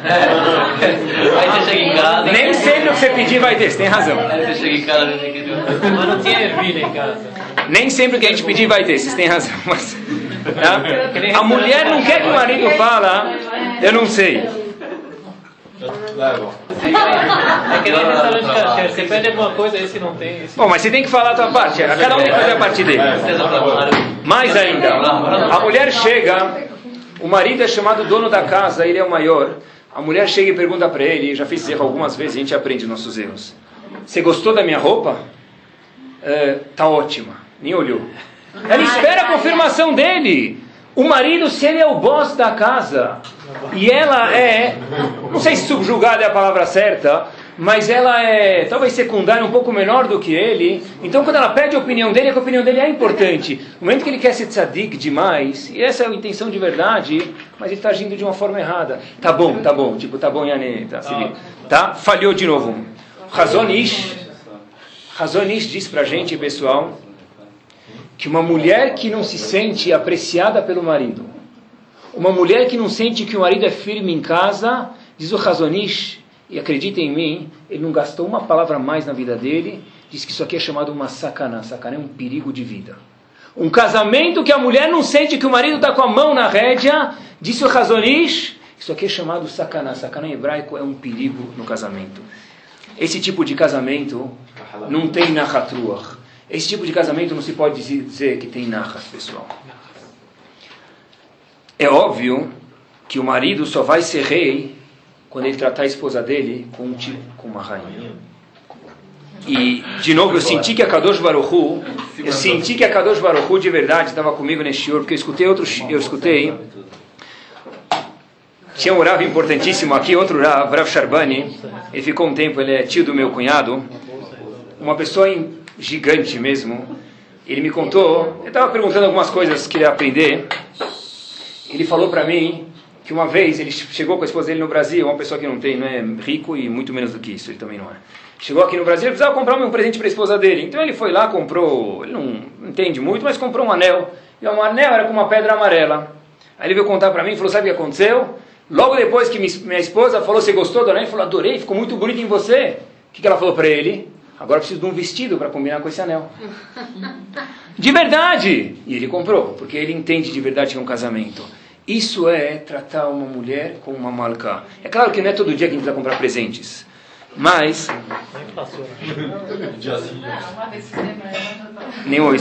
Aí você chega em casa. Nem sempre o que você pedir vai ter, você tem razão. Aí você chega em casa, mas não tinha ervilha em casa. Nem sempre o que a gente pedir vai ter, vocês têm razão. Mas, tá? A mulher não quer que o marido fala, eu não sei. É que nem restaurante caixeiro, você pede alguma coisa aí se não tem. Esse... Bom, mas você tem que falar a tua parte, cada um tem que fazer a parte dele. Mais ainda, a mulher chega, o marido é chamado dono da casa, ele é o maior. A mulher chega e pergunta para ele, já fiz erro algumas vezes, a gente aprende nossos erros. Você gostou da minha roupa? É, tá ótima, nem olhou. Ela espera a confirmação dele. O marido, se ele é o boss da casa, e ela é, não sei se subjugada é a palavra certa, mas ela é talvez secundária, um pouco menor do que ele, então quando ela pede a opinião dele, é que a opinião dele é importante. No momento que ele quer ser tzadik demais, e essa é a intenção de verdade, mas ele está agindo de uma forma errada. Tá bom, tá bom, tipo, tá bom, Yanê, tá, tá? Falhou de novo. Razonish, Razonish diz pra gente, pessoal, que uma mulher que não se sente apreciada pelo marido, uma mulher que não sente que o marido é firme em casa, diz o Razonish, e acreditem em mim, ele não gastou uma palavra a mais na vida dele, diz que isso aqui é chamado uma sacanã. Sacanã é um perigo de vida. Um casamento que a mulher não sente que o marido está com a mão na rédea, disse o Razonish, isso aqui é chamado sacanã. Sacanã em hebraico é um perigo no casamento. Esse tipo de casamento não tem nachat ruach. Esse tipo de casamento não se pode dizer que tem nachas, pessoal. É óbvio que o marido só vai ser rei quando ele tratar a esposa dele com, um tipo, com uma rainha. E, de novo, eu senti que a Kadosh Baruch Hu, eu senti que a Kadosh Baruch Hu de verdade estava comigo nesse shiur, porque eu escutei outro, eu escutei, tinha um Rav importantíssimo aqui, outro Rav, Rav Sharbani, ele ficou um tempo, ele é tio do meu cunhado, uma pessoa em gigante mesmo. Ele me contou, eu estava perguntando algumas coisas que ele ia aprender. Ele falou para mim que uma vez ele chegou com a esposa dele no Brasil, uma pessoa que não tem, não é rico e muito menos do que isso, ele também não é. Chegou aqui no Brasil, ele precisava comprar um presente para a esposa dele. Então ele foi lá, comprou, ele não entende muito, mas comprou um anel. E um anel era com uma pedra amarela. Aí ele veio contar para mim, falou, sabe o que aconteceu? Logo depois que minha esposa falou, você gostou do anel? Ele falou, adorei, ficou muito bonito em você. O que ela falou para ele? Agora eu preciso de um vestido para combinar com esse anel. De verdade! E ele comprou, porque ele entende de verdade que é um casamento. Isso é tratar uma mulher como uma malca. É claro que não é todo dia que a gente precisa comprar presentes. Mas... Nem ouço.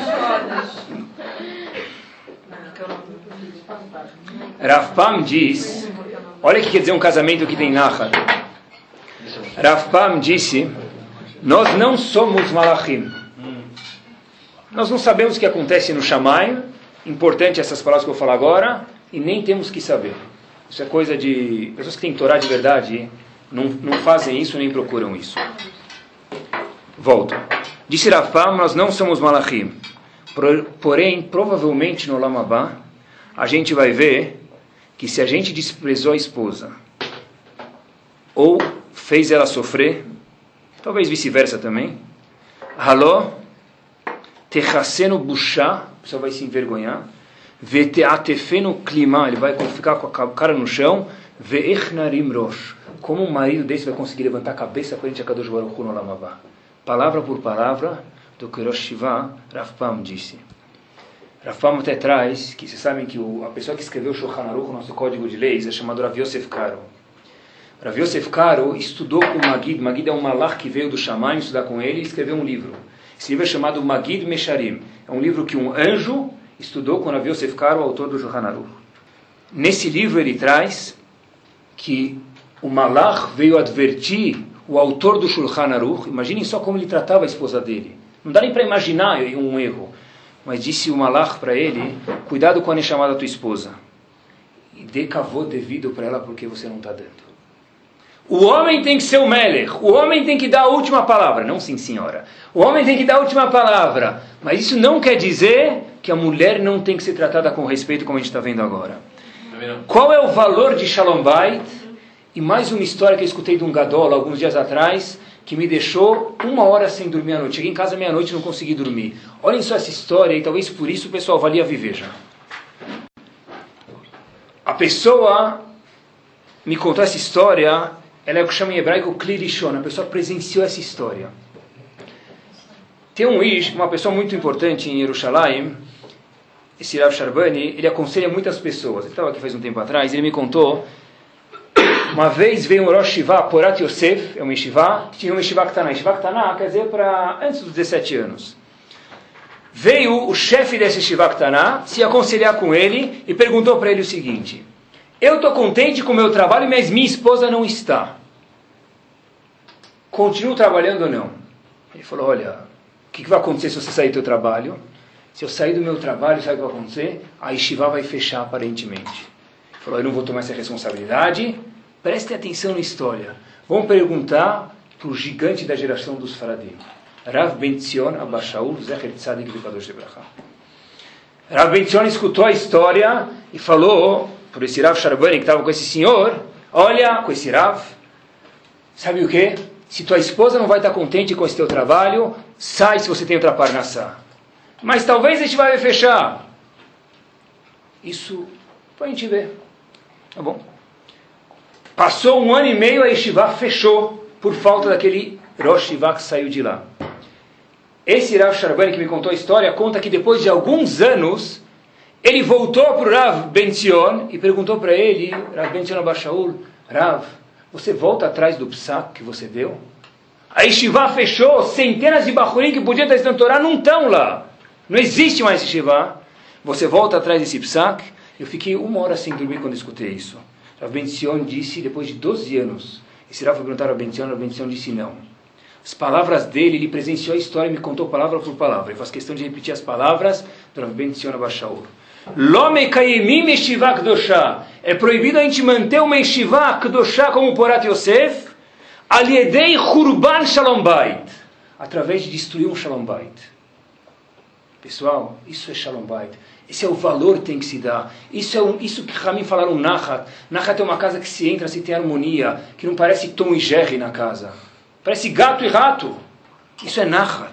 Rav Pam diz... Olha o que quer dizer um casamento que tem nachat. Rav Pam disse... Nós não somos malachim. Nós não sabemos o que acontece no Shammai. Importante essas palavras que eu vou falar agora. E nem temos que saber. Isso é coisa de... Pessoas que têm Torá de verdade não, não fazem isso nem procuram isso. Volto. Disse Rav Pam, nós não somos malachim. Porém, provavelmente no Olam Haba, a gente vai ver que se a gente desprezou a esposa ou fez ela sofrer, talvez vice-versa também. Haló, techaseno bushá, a pessoa vai se envergonhar. Veteatefeno klima, ele vai ficar com a cara no chão. Ve'echnarim rosh, como um marido desse vai conseguir levantar a cabeça frente a Kadosh Baruch Hu no Olam Haba? Palavra por palavra do que Rosh Shiva, Rav Pam disse. Rav Pam até traz que vocês sabem que o, a pessoa que escreveu o Shulchan Aruch, o nosso código de leis, é chamado Rav Yosef Karo. Rav Yosef Karo estudou com o Magid. Magid é um malach que veio do Shamayim estudar com ele e escreveu um livro. Esse livro é chamado Magid Mesharim. É um livro que um anjo estudou com Rav Yosef Karo, autor do Shulchan Aruch. Nesse livro ele traz que o malach veio advertir o autor do Shulchan Aruch. Imaginem só como ele tratava a esposa dele. Não dá nem para imaginar um erro. Mas disse o malach para ele, cuidado com a chamada tua esposa. E dê kavod devido para ela porque você não está dando. O homem tem que ser o melech, o homem tem que dar a última palavra. Não sim, senhora. O homem tem que dar a última palavra. Mas isso não quer dizer que a mulher não tem que ser tratada com respeito, como a gente está vendo agora. Qual é o valor de Shalom Bait? E mais uma história que eu escutei de um gadol alguns dias atrás, que me deixou uma hora sem dormir à noite. Cheguei em casa meia-noite e não consegui dormir. Olhem só essa história e talvez por isso o pessoal valia viver já. A pessoa me contou essa história, ela é o que chama em hebraico Klirishon, a pessoa presenciou essa história. Tem um ish, uma pessoa muito importante em Yerushalayim, esse Rav Sharbani, ele aconselha muitas pessoas. Ele estava aqui faz um tempo atrás, ele me contou, uma vez veio um Rosh Yeshiva, Porat Yosef, é uma Yeshiva, tinha uma Yeshiva Ktaná. Yeshiva Ktaná quer dizer para antes dos dezessete anos. Veio o chefe dessa Yeshiva Ktaná se aconselhar com ele e perguntou para ele o seguinte: eu estou contente com o meu trabalho, mas minha esposa não está. Continuo trabalhando ou não? Ele falou, olha, o que, que vai acontecer se você sair do seu trabalho? Se eu sair do meu trabalho, sabe o que vai acontecer? A Yeshiva vai fechar aparentemente. Ele falou, eu não vou tomar essa responsabilidade. Prestem atenção na história. Vamos perguntar para o gigante da geração dos Faradim. Rav Ben Zion Abba Shaul Zecher Tzadik Vekadosh de Bracha. Rav Ben Zion escutou a história e falou por esse Rav Sharbani que estava com esse senhor, olha, com esse Rav, sabe o que? Se tua esposa não vai estar contente com esse teu trabalho, sai se você tem outra parnassá. Mas talvez a gente vai fechar. Isso, depois a gente vê. Tá bom? Passou um ano e meio, a Yeshiva fechou por falta daquele Rosh Yeshiva que saiu de lá. Esse Rav Sharbani que me contou a história, conta que depois de alguns anos, ele voltou para o Rav Ben Zion e perguntou para ele, Rav Ben Zion Abba Shaul, Rav, você volta atrás do psak que você deu? A Yeshiva fechou, centenas de bachurim que podiam estar estudando Torá não estão lá. Não existe mais Yeshiva. Você volta atrás desse psak? Eu fiquei uma hora sem dormir quando escutei isso. Rav Ben Zion disse, depois de doze anos, esse Rav foi perguntar a Rav Ben Zion, Rav Ben Zion disse não. As palavras dele, ele presenciou a história e me contou palavra por palavra. Eu faço questão de repetir as palavras do Rav Ben Zion Abba Shaul. Lo mekayemim yeshiva kedoshá. É proibido a gente manter uma yeshiva kedoshá como Porat Yosef, aliedei churban shalom bait, através de destruir um shalom bait. Pessoal, isso é shalom bait. Esse é o valor que tem que se dar. Isso é um, isso que Ramim falaram Nachat. Nachat é uma casa que se entra, se tem harmonia, que não parece Tom e Jerry na casa. Parece gato e rato. Isso é Nachat.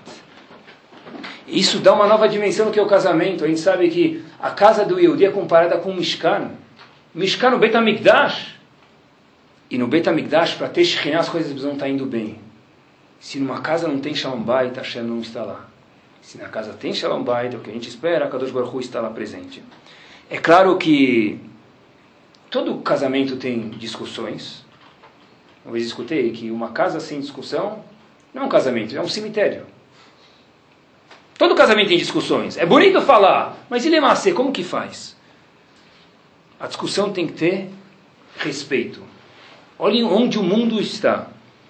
Isso dá uma nova dimensão do que é o casamento. A gente sabe que a casa do Yehudi é comparada com o Mishkan. Mishkan no Beit HaMikdash. E no Beit HaMikdash, para ter Shekhinah, as coisas precisam estar indo bem. Se numa casa não tem Shalom Bait, Hashem não está lá. Se na casa tem Shalom Bait, é o que a gente espera, Kadosh Baruch Hu está lá presente. É claro que todo casamento tem discussões. Uma vez escutei que uma casa sem discussão não é um casamento, é um cemitério. Todo casamento tem discussões. É bonito falar, mas ele é como que faz? A discussão tem que ter respeito. Olhem onde o mundo está.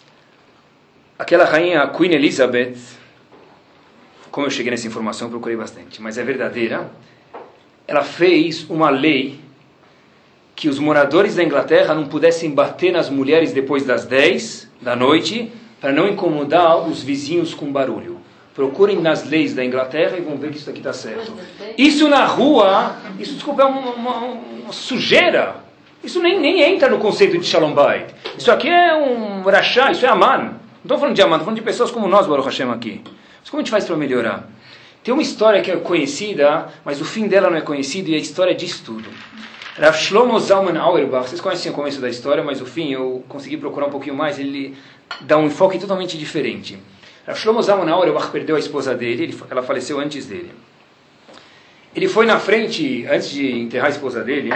Aquela rainha Queen Elizabeth, como eu cheguei nessa informação, eu procurei bastante, mas é verdadeira. Ela fez uma lei que os moradores da Inglaterra não pudessem bater nas mulheres depois das dez da noite, para não incomodar os vizinhos com barulho. Procurem nas leis da Inglaterra e vão ver que isso aqui está certo. Isso na rua, isso, desculpa, é uma, uma, uma sujeira. Isso nem, nem entra no conceito de Shalom Bait. Isso aqui é um rachá, isso é Aman. Não estou falando de Aman, estou falando de pessoas como nós, Baruch Hashem, aqui. Mas como a gente faz para melhorar? Tem uma história que é conhecida, mas o fim dela não é conhecido, e a história diz tudo. Rav Shlomo Zalman Auerbach, vocês conhecem o começo da história, mas o fim eu consegui procurar um pouquinho mais, ele dá um enfoque totalmente diferente. Rav Shlomo Zalman Auerbach perdeu a esposa dele, ele, ela faleceu antes dele. Ele foi na frente, antes de enterrar a esposa dele,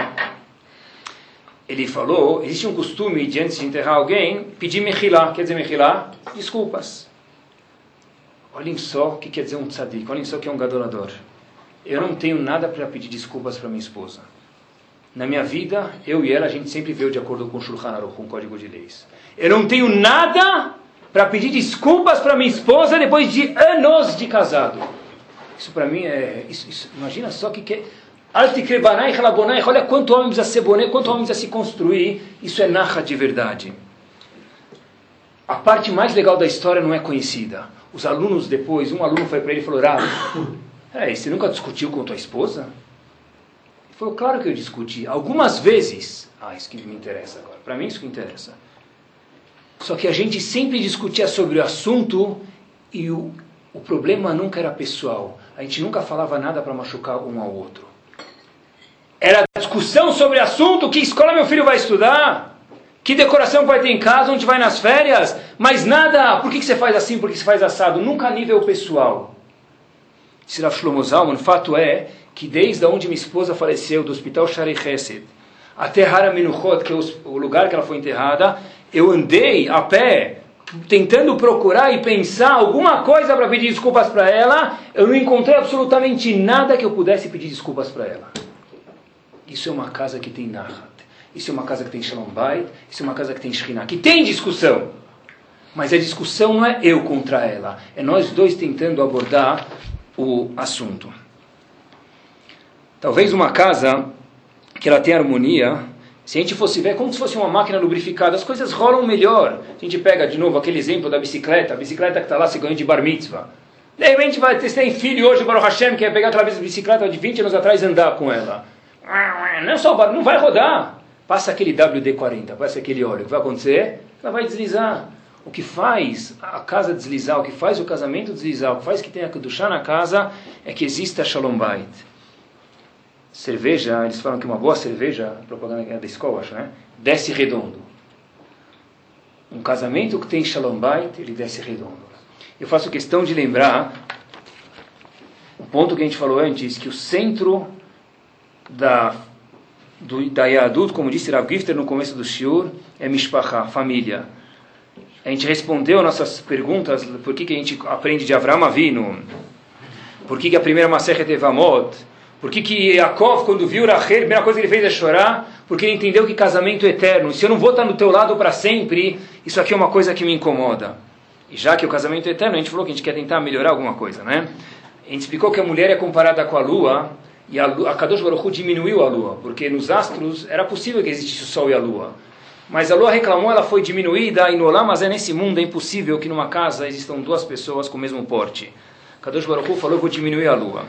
ele falou, existe um costume de antes de enterrar alguém, pedir mechilá, quer dizer mechilá? Desculpas. Olhem só o que quer dizer um tzadik, olhem só o que é um gadolador. Eu não tenho nada para pedir desculpas para minha esposa. Na minha vida, eu e ela, a gente sempre veio de acordo com o Shulchan Aruch, com o Código de Leis. Eu não tenho nada para pedir desculpas para minha esposa depois de anos de casado. Isso para mim é... Isso, isso, imagina só que... que olha quanto homem precisa ser boné, quanto homem precisa se construir. Isso é narra de verdade. a parte mais legal da história não é conhecida. Os alunos depois, um aluno foi para ele e falou, Rav, é, você nunca discutiu com tua esposa? Ele falou, claro que eu discuti. Algumas vezes, ah, isso que me interessa agora, para mim isso que interessa. Só que a gente sempre discutia sobre o assunto e o, o problema nunca era pessoal. A gente nunca falava nada para machucar um ao outro. Era discussão sobre o assunto, que escola meu filho vai estudar, que decoração vai ter em casa, onde vai nas férias, mas nada, por que você faz assim, por que você faz assado? Nunca a nível pessoal. Disse Rav Shlomo Zalman, o fato é que desde onde minha esposa faleceu, do hospital Shaarei Chesed, até Har HaMenuchot, que é o lugar que ela foi enterrada, eu andei a pé, tentando procurar e pensar alguma coisa para pedir desculpas para ela, eu não encontrei absolutamente nada que eu pudesse pedir desculpas para ela. Isso é uma casa que tem Nachat, isso é uma casa que tem Shalom Bayit, isso é uma casa que tem Shekhinah, que tem discussão. Mas a discussão não é eu contra ela, é nós dois tentando abordar o assunto. Talvez uma casa que ela tem harmonia, se a gente fosse ver como se fosse uma máquina lubrificada, as coisas rolam melhor. A gente pega de novo aquele exemplo da bicicleta, a bicicleta que está lá se ganhando de bar mitzvah. De repente vai ter, tem filho hoje, Baruch Hashem, que vai pegar aquela bicicleta de vinte anos atrás e andar com ela. Não, só, não vai rodar. Passa aquele W D quarenta, passa aquele óleo. O que vai acontecer? Ela vai deslizar. O que faz a casa deslizar, o que faz o casamento deslizar, o que faz que tenha Kedushá na casa, é que exista Shalom Bayit. Cerveja, eles falam que uma boa cerveja, a propaganda da escola, acho, né? Desce redondo. Um casamento que tem Shalom Bayit, ele desce redondo. Eu faço questão de lembrar o ponto que a gente falou antes, que o centro da, do, da Yahadut, como disse Rav Gifter no começo do Shiur, é Mishpacha, família. A gente respondeu nossas perguntas, por que, que a gente aprende de Avraham Avinu, por que, que a primeira Masechet Evamot, por que, que Yaakov, quando viu Rachel, a primeira coisa que ele fez é chorar, porque ele entendeu que casamento é eterno. Se eu não vou estar no teu lado para sempre, isso aqui é uma coisa que me incomoda. E já que o casamento é eterno, a gente falou que a gente quer tentar melhorar alguma coisa, né? A gente explicou que a mulher é comparada com a lua, e a, a Kadosh Baruch Hu diminuiu a lua, porque nos astros era possível que existisse o sol e a lua. Mas a lua reclamou, ela foi diminuída, e no Olam, mas é nesse mundo, é impossível que numa casa existam duas pessoas com o mesmo porte. Kadosh Baruch Hu falou, eu vou diminuir a lua.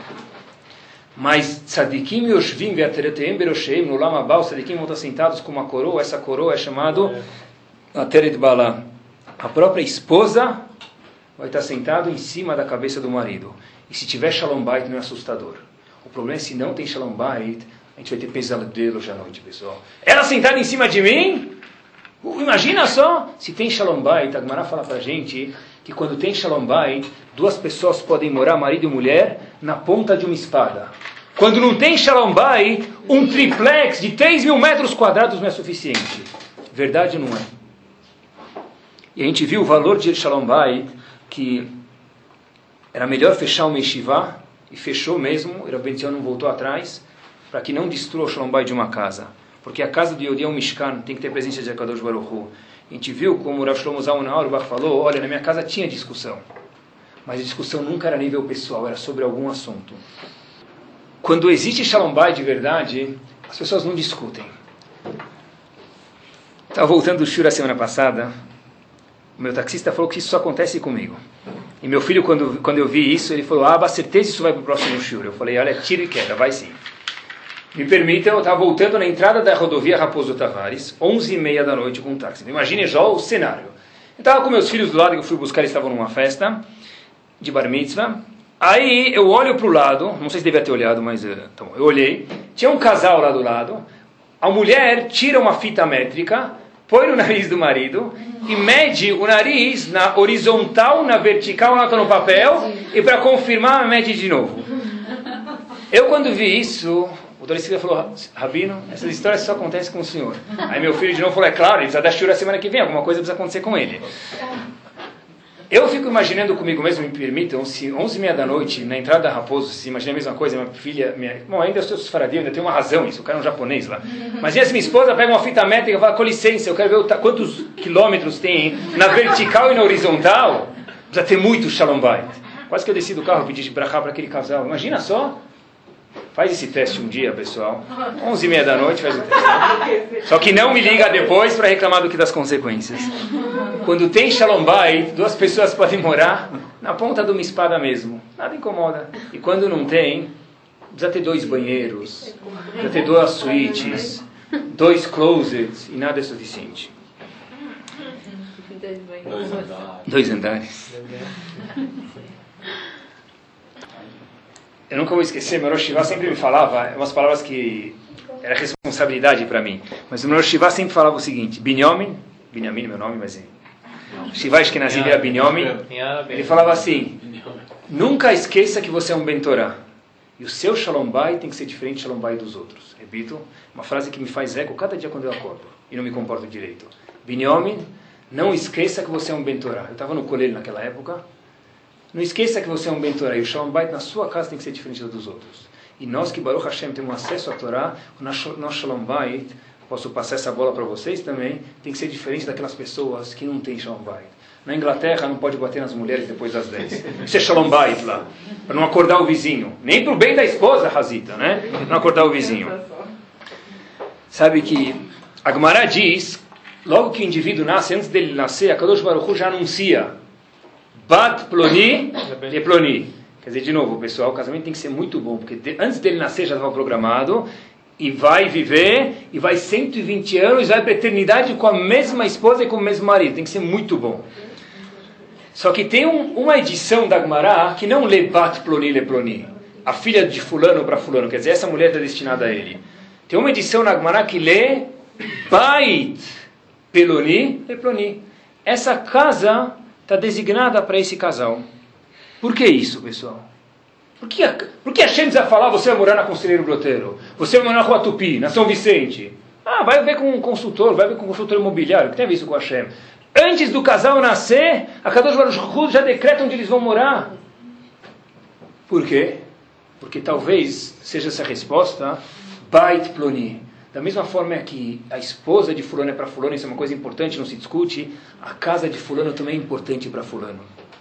Mas tzadikim yoshvim ve'atereteim berosheim, no Olam Haba, os tzadikim vão estar sentados com uma coroa, essa coroa é chamada Ateret Bala. A própria esposa vai estar sentada em cima da cabeça do marido. E se tiver Shalom Bayit, não é assustador. O problema é se não tem Shalom Bayit, a gente vai ter pesadelos à noite, pessoal. Ela sentada em cima de mim? Imagina só, se tem Shalom Bayit, a Gemara fala pra gente que quando tem Shalom Bayit, duas pessoas podem morar, marido e mulher, na ponta de uma espada. Quando não tem Shalom Bayit, um triplex de três mil metros quadrados não é suficiente. Verdade ou não é? E a gente viu o valor de Shalom Bayit, que era melhor fechar uma yeshiva, e fechou mesmo, e Rav Ben Zion não voltou atrás, para que não destrua o Shalom Bayit de uma casa. Porque a casa de Yodi é um Mishkan, tem que ter presença de Akadosh Baruch Hu. A gente viu como o Rav Shlomo Zalman Auerbach falou, olha, na minha casa tinha discussão, mas a discussão nunca era a nível pessoal, era sobre algum assunto. Quando existe Shalom Bayit de verdade, as pessoas não discutem. Estava voltando do Shur a semana passada, o meu taxista falou que isso só acontece comigo. E meu filho, quando, quando eu vi isso, ele falou, ah, certeza isso vai para o próximo Shur. Eu falei, olha, tira e queda, vai sim. Me permitam, eu estava voltando na entrada da rodovia Raposo Tavares, onze e meia da noite com um táxi. Imagine já o cenário. Eu estava com meus filhos do lado, que eu fui buscar, eles estavam numa festa de bar mitzvah. Aí eu olho para o lado, não sei se devia ter olhado, mas então, eu olhei. Tinha um casal lá do lado. A mulher tira uma fita métrica, põe no nariz do marido e mede o nariz na horizontal, na vertical, nota no papel, e para confirmar, mede de novo. Eu, quando vi isso, o Doricida falou, Rabino, essas histórias só acontecem com o senhor. Aí meu filho de novo falou, é claro, ele precisa dar shura a semana que vem, alguma coisa precisa acontecer com ele. Eu fico imaginando comigo mesmo, me permitam, se onze e meia da noite, na entrada da Raposo, se imagina a mesma coisa, minha filha, minha... bom, ainda eu sou faradio, ainda tem uma razão isso, o cara é um japonês lá. Mas se minha esposa pega uma fita métrica e fala, com licença, eu quero ver o ta... quantos quilômetros tem na vertical e na horizontal, precisa ter muito Shalom Bayit. Quase que eu desci do carro e pedi de brachá para aquele casal. Imagina só. Faz esse teste um dia, pessoal. onze e meia da noite faz o teste. Só que não me liga depois para reclamar do que das consequências. Quando tem Shalom Bait, duas pessoas podem morar na ponta de uma espada mesmo. Nada incomoda. E quando não tem, precisa ter dois banheiros, precisa ter duas suítes, dois closets, e nada é suficiente. Dois andares. Dois andares. Eu nunca vou esquecer, meu Rosh Hashivá sempre me falava, umas palavras que era responsabilidade para mim, mas o meu Rosh Hashivá sempre falava o seguinte, Binyamin, Binyamin é meu nome, mas é Shivá Ashkenazi era Binyamin, ele falava assim, nunca esqueça que você é um Ben Torah, e o seu Shalom Bait tem que ser diferente do Shalom Bait dos outros. Repito, uma frase que me faz eco cada dia quando eu acordo, e não me comporto direito. Binyamin, não esqueça que você é um Ben Torah. Eu estava no colégio naquela época. Não esqueça que você é um Ben Torah. E o Shalom Bait na sua casa tem que ser diferente dos outros. E nós que Baruch Hashem temos acesso à Torá, o nosso Shalom Bait, posso passar essa bola para vocês também, tem que ser diferente daquelas pessoas que não têm Shalom Bait. Na Inglaterra não pode bater nas mulheres depois das dez. Isso é Shalom Bait lá. Para não acordar o vizinho. Nem para o bem da esposa, Hazita, né? Não acordar o vizinho. Sabe que a Gemara diz, logo que o indivíduo nasce, antes dele nascer, a Kadosh Baruch Hu já anuncia Bat Ploni Le Ploni. Quer dizer, de novo, pessoal, o casamento tem que ser muito bom, porque de, antes dele nascer já estava programado, e vai viver, e vai cento e vinte anos, vai para a eternidade com a mesma esposa e com o mesmo marido. Tem que ser muito bom. Só que tem um, uma edição da Gemara que não lê Bat Ploni Le Ploni, a filha de fulano para fulano, quer dizer, essa mulher está destinada a ele. Tem uma edição na Gemara que lê Bait Peloni Le Ploni. Essa casa está designada para esse casal. Por que isso, pessoal? Por que, por que a Hashem vai falar, você vai morar na Conselheiro Broteiro? Você vai morar na Rua Tupi, na São Vicente? Ah, vai ver com um consultor, vai ver com um consultor imobiliário, que tem a ver isso com a Hashem. Antes do casal nascer, a Kadosh Baruch Hu já decreta onde eles vão morar. Por quê? Porque talvez seja essa resposta, Bait Ploni. Da mesma forma que a esposa de fulano é para fulano, isso é uma coisa importante, não se discute, a casa de fulano também é importante para fulano.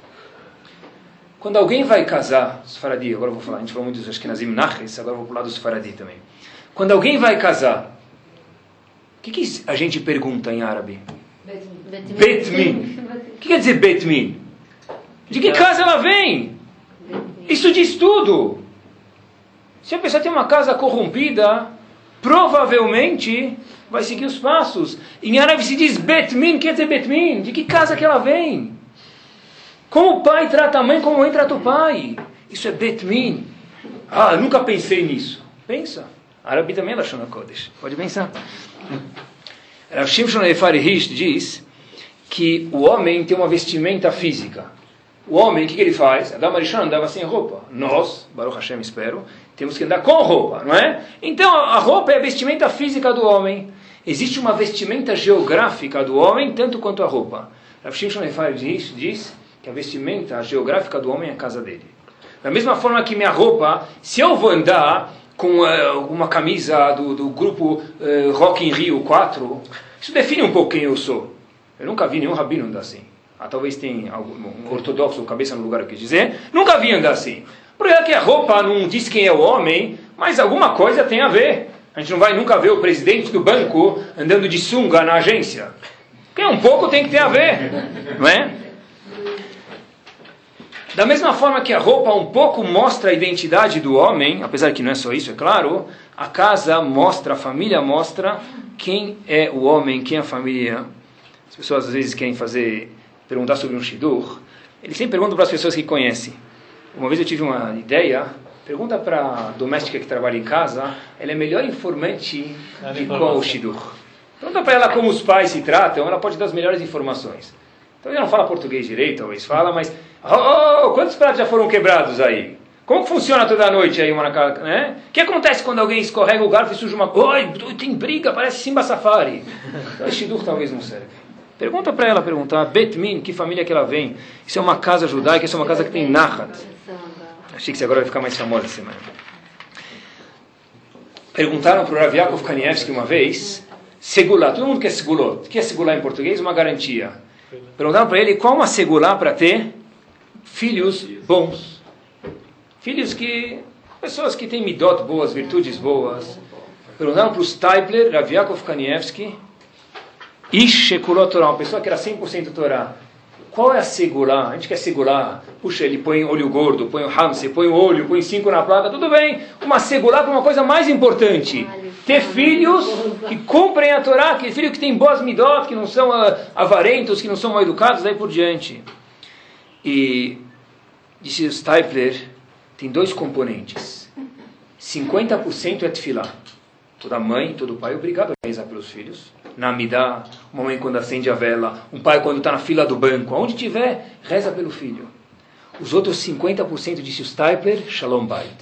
Quando alguém vai casar, Sfaradi, agora eu vou falar, a gente falou muito dos Ashkenazim Naches, agora eu vou pular do Sfaradi também. Quando alguém vai casar, o que, que a gente pergunta em árabe? Bet Min. O que quer dizer Bet Min? De que casa ela vem? Isso diz tudo. Se a pessoa tem uma casa corrompida, provavelmente vai seguir os passos. Em árabe se diz Bet Min, quer dizer Bet Min? De que casa que ela vem? Como o pai trata a mãe, como a mãe trata o pai. Isso é Bet Min. Ah, eu nunca pensei nisso. Pensa. Árabe também é Lashon HaKodesh. Pode pensar. Rav Shimshon Efari Rish diz que o homem tem uma vestimenta física. O homem, o que, que ele faz? Adam Arishon andava sem roupa. Nós, Baruch Hashem, espero, temos que andar com roupa, não é? Então, a roupa é a vestimenta física do homem. Existe uma vestimenta geográfica do homem, tanto quanto a roupa. Rav Shimshon Efari Rish diz que a vestimenta geográfica do homem é a casa dele. Da mesma forma que minha roupa, se eu vou andar com uh, uma camisa do, do grupo uh, Rock in Rio quatro, isso define um pouco quem eu sou. Eu nunca vi nenhum rabino andar assim. Ah, talvez tenha algum, um ortodoxo, cabeça no lugar, eu quis dizer. Nunca vi andar assim. Porque é que a roupa não diz quem é o homem, mas alguma coisa tem a ver. A gente não vai nunca ver o presidente do banco andando de sunga na agência. Porque um pouco tem que ter a ver, não é? Da mesma forma que a roupa um pouco mostra a identidade do homem, apesar que não é só isso, é claro, a casa mostra, a família mostra quem é o homem, quem é a família. As pessoas às vezes querem fazer, perguntar sobre um shidur, eles sempre perguntam para as pessoas que conhecem. Uma vez eu tive uma ideia, pergunta para a doméstica que trabalha em casa, ela é melhor informante de qual o shidur. Pergunta para ela como os pais se tratam, ela pode dar as melhores informações. Então ela não fala português direito, talvez fala, mas oh, oh, quantos pratos já foram quebrados aí? Como que funciona toda noite aí uma na casa, né? O que acontece quando alguém escorrega o garfo e suja uma coisa? Oi, tem briga, parece Simba Safari. Então esse shidur talvez não serve. Pergunta para ela, perguntar, Bet Min, que família que ela vem? Isso é uma casa judaica, isso é uma casa que tem Nachat. Achei que você agora vai ficar mais famosa essa semana. Perguntaram para o Rav Yaakov Kanievski uma vez, Segulá, todo mundo quer Segulot. O que é Segulá em português? Uma garantia. Perguntaram para ele qual uma Segulá para ter filhos bons. Filhos que pessoas que têm midot boas, virtudes boas. Perguntaram para o Steipler, Rav Yaakov Kanievsky, Ish Shekulot Torah, uma pessoa que era cem por cento Torá. Qual é a segulá? A gente quer segulá. Puxa, ele põe olho gordo, põe o hamse, põe o olho, põe cinco na placa, tudo bem. Uma segulá para uma coisa mais importante. Ter filhos que cumprem a Torá, que filhos que têm boas midot, que não são uh, avarentos, que não são mal educados, daí por diante. E, disse o Steipler, tem dois componentes. cinquenta por cento é tefilá. Toda mãe, todo pai é obrigado a rezar pelos filhos. Na Amidá, uma mãe quando acende a vela, um pai quando está na fila do banco, aonde tiver, reza pelo filho. Os outros cinquenta por cento, disse o Steipler, Shalom Bait.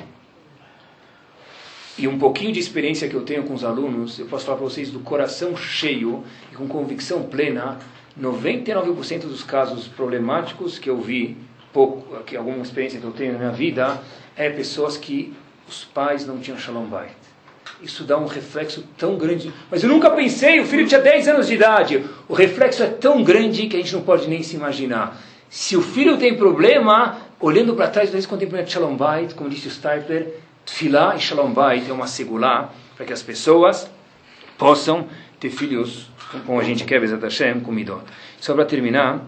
E um pouquinho de experiência que eu tenho com os alunos, eu posso falar para vocês do coração cheio e com convicção plena, noventa e nove por cento dos casos problemáticos que eu vi, pouco, que alguma experiência que eu tenho na minha vida, é pessoas que os pais não tinham Shalom Bait. Isso dá um reflexo tão grande. Mas eu nunca pensei, o filho tinha dez anos de idade. O reflexo é tão grande que a gente não pode nem se imaginar. Se o filho tem problema, olhando para trás, às vezes quando tem problema de Shalom Bait, como disse o Steipler, Tfilá e Shalom Bait é uma segulá para que as pessoas possam ter filhos como a gente quer, Bezat Hashem, com midot. Só para terminar,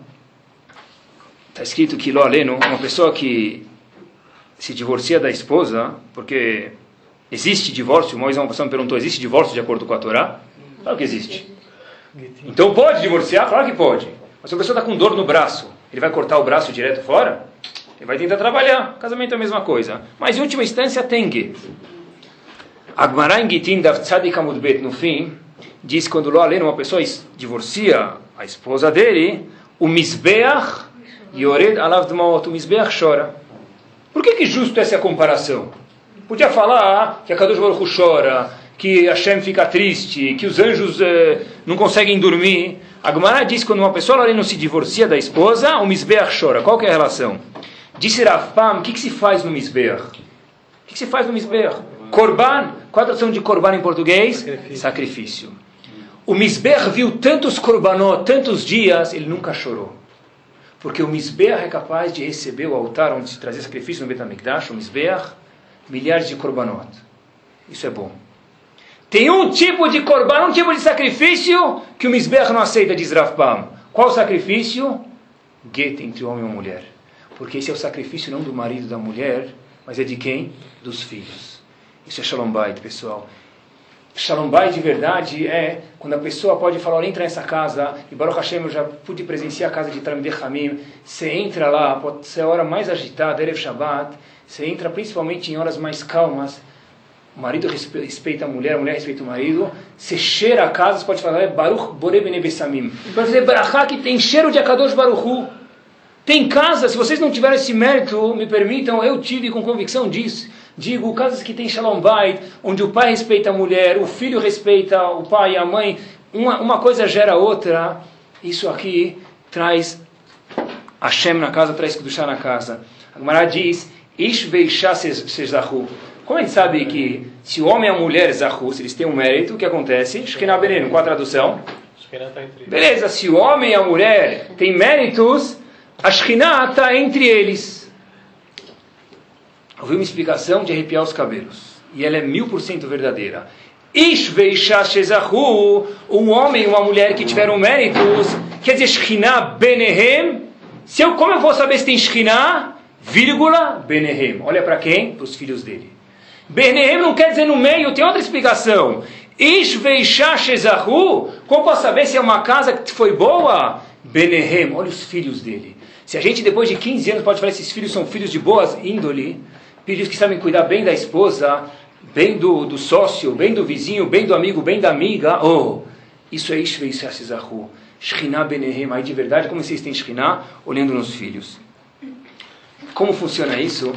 está escrito que Lo Aleno, uma pessoa que se divorcia da esposa, porque existe divórcio, uma vez uma pessoa me perguntou, existe divórcio de acordo com a Torá? Claro que existe. Então pode divorciar? Claro que pode. Mas se a pessoa está com dor no braço, ele vai cortar o braço direto fora? Ele vai tentar trabalhar. Casamento é a mesma coisa. Mas em última instância tem get. Agmará em Gitin Dav Tzadik Amud Bet, no fim, diz que quando Lo Aleno, uma pessoa divorcia a esposa dele, o Mizbeach Yored Alav Dmaot, o Mizbeach chora. Por que que justo essa é a comparação? Podia falar que a Kadosh Baruch Hu chora, que Hashem fica triste, que os anjos eh, não conseguem dormir. A Gemara diz que quando uma pessoa não se divorcia da esposa, o Mizbeach chora. Qual que é a relação? Disse Rav Pam, o que, que se faz no Mizbeach? O que, que se faz no Mizbeach? Korban. Qual a tradução de Korban em português? Sacrifício. Sacrifício. O Mizbeach viu tantos Korbanot, tantos dias, ele nunca chorou. Porque o Mizbeach é capaz de receber o altar onde se trazia sacrifício no Bet HaMikdash, o Mizbeach, milhares de korbanot. Isso é bom. Tem um tipo de korban, um tipo de sacrifício que o Mizbeach não aceita, diz Rav Pam. Qual o sacrifício? Get entre o homem e a mulher. Porque esse é o sacrifício não do marido e da mulher, mas é de quem? Dos filhos. Isso é Shalom Bait, pessoal. Shalom Bait de verdade é quando a pessoa pode falar, olha, entra nessa casa, e Baruch Hashem, eu já pude presenciar a casa de Talmidei Hamim, você entra lá, pode ser a hora mais agitada, Erev Shabbat, você entra principalmente em horas mais calmas, o marido respeita a mulher, a mulher respeita o marido, você cheira a casa, você pode falar, Baruch Borei Bnei Bessamim, pode dizer, Barachá, que tem cheiro de Akadosh Baruch Hu. Tem casas, se vocês não tiverem esse mérito, me permitam, eu tive com convicção disso, digo, casas que tem Shalom Bait, onde o pai respeita a mulher, o filho respeita o pai e a mãe, uma, uma coisa gera outra, isso aqui traz Hashem na casa, traz Kedushá na casa. A Gemara diz, Ish veishá sezahu. Como a gente sabe que se o homem e a mulher zahu, se eles têm um mérito, o que acontece? Shekhinah Benenu, qual a tradução? Beleza, se o homem e a mulher têm méritos, a Shekhinah está entre eles. Ouvi uma explicação de arrepiar os cabelos. E ela é mil por cento verdadeira. Ish veishá shezahu, um homem e uma mulher que tiveram méritos, quer dizer, Shekhinah Benehem. Se eu, como eu vou saber se tem Shekhinah? Vírgula, Benehem. Olha para quem? Para os filhos dele. Benehem não quer dizer no meio, tem outra explicação. Ish veishá shezahu, como posso saber se é uma casa que foi boa? Benehem, olha os filhos dele. Se a gente depois de quinze anos pode falar que esses filhos são filhos de boas índole, filhos que sabem cuidar bem da esposa, bem do, do sócio, bem do vizinho, bem do amigo, bem da amiga, oh, isso é Ish veishá shezahu. Shekhinah Benehem, aí de verdade, como vocês têm Shekhinah? Olhando nos filhos. Como funciona isso?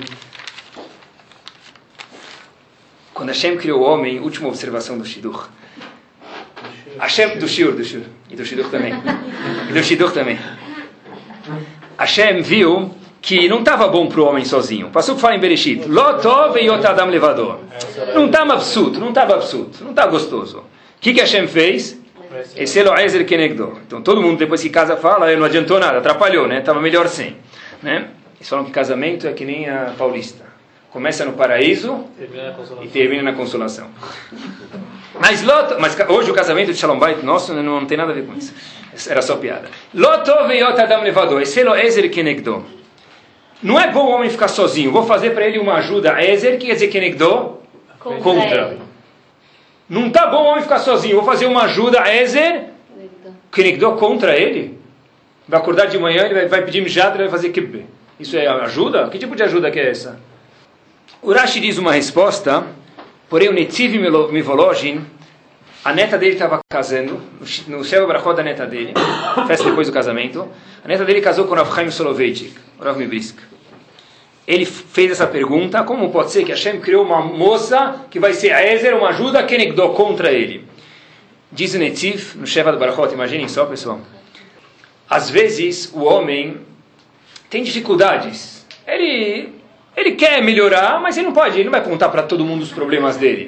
Quando Hashem criou o homem, última observação do Shidduch. Hashem, do Shur, do Shur, e do Shidduch também. E do Shidduch também. Hashem viu que não estava bom para o homem sozinho. Passou que fala em Bereshit. Lo tov yot adam levador. Não estava absurdo, não estava absurdo, não estava gostoso. O que que Hashem fez? Esse é o Ezer Kenegdo. Então todo mundo depois que casa fala, não adiantou nada, atrapalhou, né? Estava melhor sem. Né? Eles falam que casamento é que nem a paulista. Começa no paraíso Termina na consolação. e termina na consolação. Mas, Lot, mas hoje o casamento de Shalom Bait nosso não, não tem nada a ver com isso. Era só piada. Lotov yot adam levado, eselo ezer kenegdo. Não é bom o homem ficar sozinho. Vou fazer para ele uma ajuda. Ezer, que quer dizer kenegdo? Contra. Contra. Não está bom o homem ficar sozinho. Vou fazer uma ajuda. Ezer, kenegdo, contra ele. Vai acordar de manhã, ele vai, vai pedir mijado, ele vai fazer kibbeh. Isso é ajuda? Que tipo de ajuda que é essa? O Rashi diz uma resposta, porém o Netziv Mivolojin, a neta dele estava casando, no Sheva Brachot da neta dele, festa depois do casamento, a neta dele casou com o Rav Chaim Soloveitchik, o Rav Mibrisk. Ele fez essa pergunta, como pode ser que Hashem criou uma moça que vai ser a Ezer, uma ajuda, Kenegdo, contra ele? Diz o Netziv, no Sheva do Brachot, imaginem só pessoal, às vezes o homem tem dificuldades, ele... Ele quer melhorar, mas ele não pode, ele não vai contar para todo mundo os problemas dele.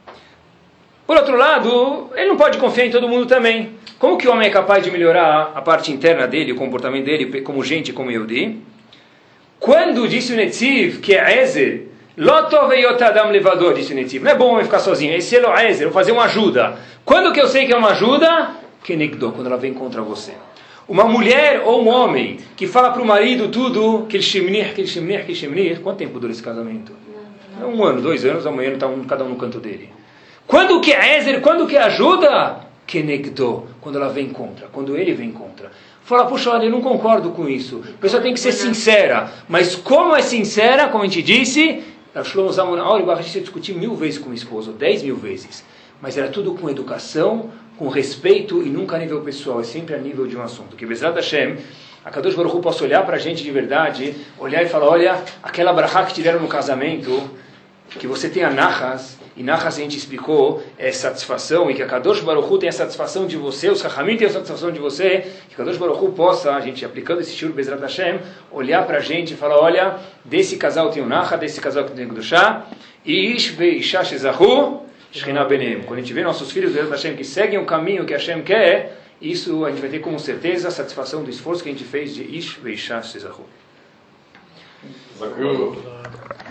Por outro lado, ele não pode confiar em todo mundo também. Como que o homem é capaz de melhorar a parte interna dele, o comportamento dele, como gente, como Yehudi? Quando disse o Netziv, que é Ezer, Lotov yot adam levador, disse o Netziv. Não é bom o homem ficar sozinho, esse é o Ezer, vou fazer uma ajuda. Quando que eu sei que é uma ajuda? Kenegdo, quando ela vem contra você. Uma mulher ou um homem que fala para o marido tudo, que ele shemnir, que ele shemnir, que ele shemnir, quanto tempo dura esse casamento? Não, não. Um ano, dois anos, amanhã está um, cada um no canto dele. Quando que é Ezer, quando que ajuda? Kenegdo, quando ela vem contra, quando ele vem contra. Fala, puxa, olha, eu não concordo com isso. A pessoa tem que ser sincera. Mas como é sincera, como a gente disse, a Shlomo Zalman Auerbach, a gente discutiu mil vezes com o esposo, dez mil vezes. Mas era tudo com educação, com respeito e nunca a nível pessoal, é sempre a nível de um assunto. Que Bezrat Hashem, a Kadosh Baruch Hu possa olhar para a gente de verdade, olhar e falar, olha, aquela brachá que tiveram no casamento, que você tem a Nachas, e Nachas a gente explicou, é satisfação, e que a Kadosh Baruch Hu tem a satisfação de você, os Chachamim tem a satisfação de você, que a Kadosh Baruch Hu possa, a gente aplicando esse shiur Bezrat Hashem, olhar para a gente e falar, olha, desse casal tem o Nachas, desse casal que tem o Kedushá, e Ish ve'isha shezahu, quando a gente vê nossos filhos de Hashem que seguem o caminho que Hashem quer, isso a gente vai ter com certeza a satisfação do esforço que a gente fez de Ish Veisha Shezahu.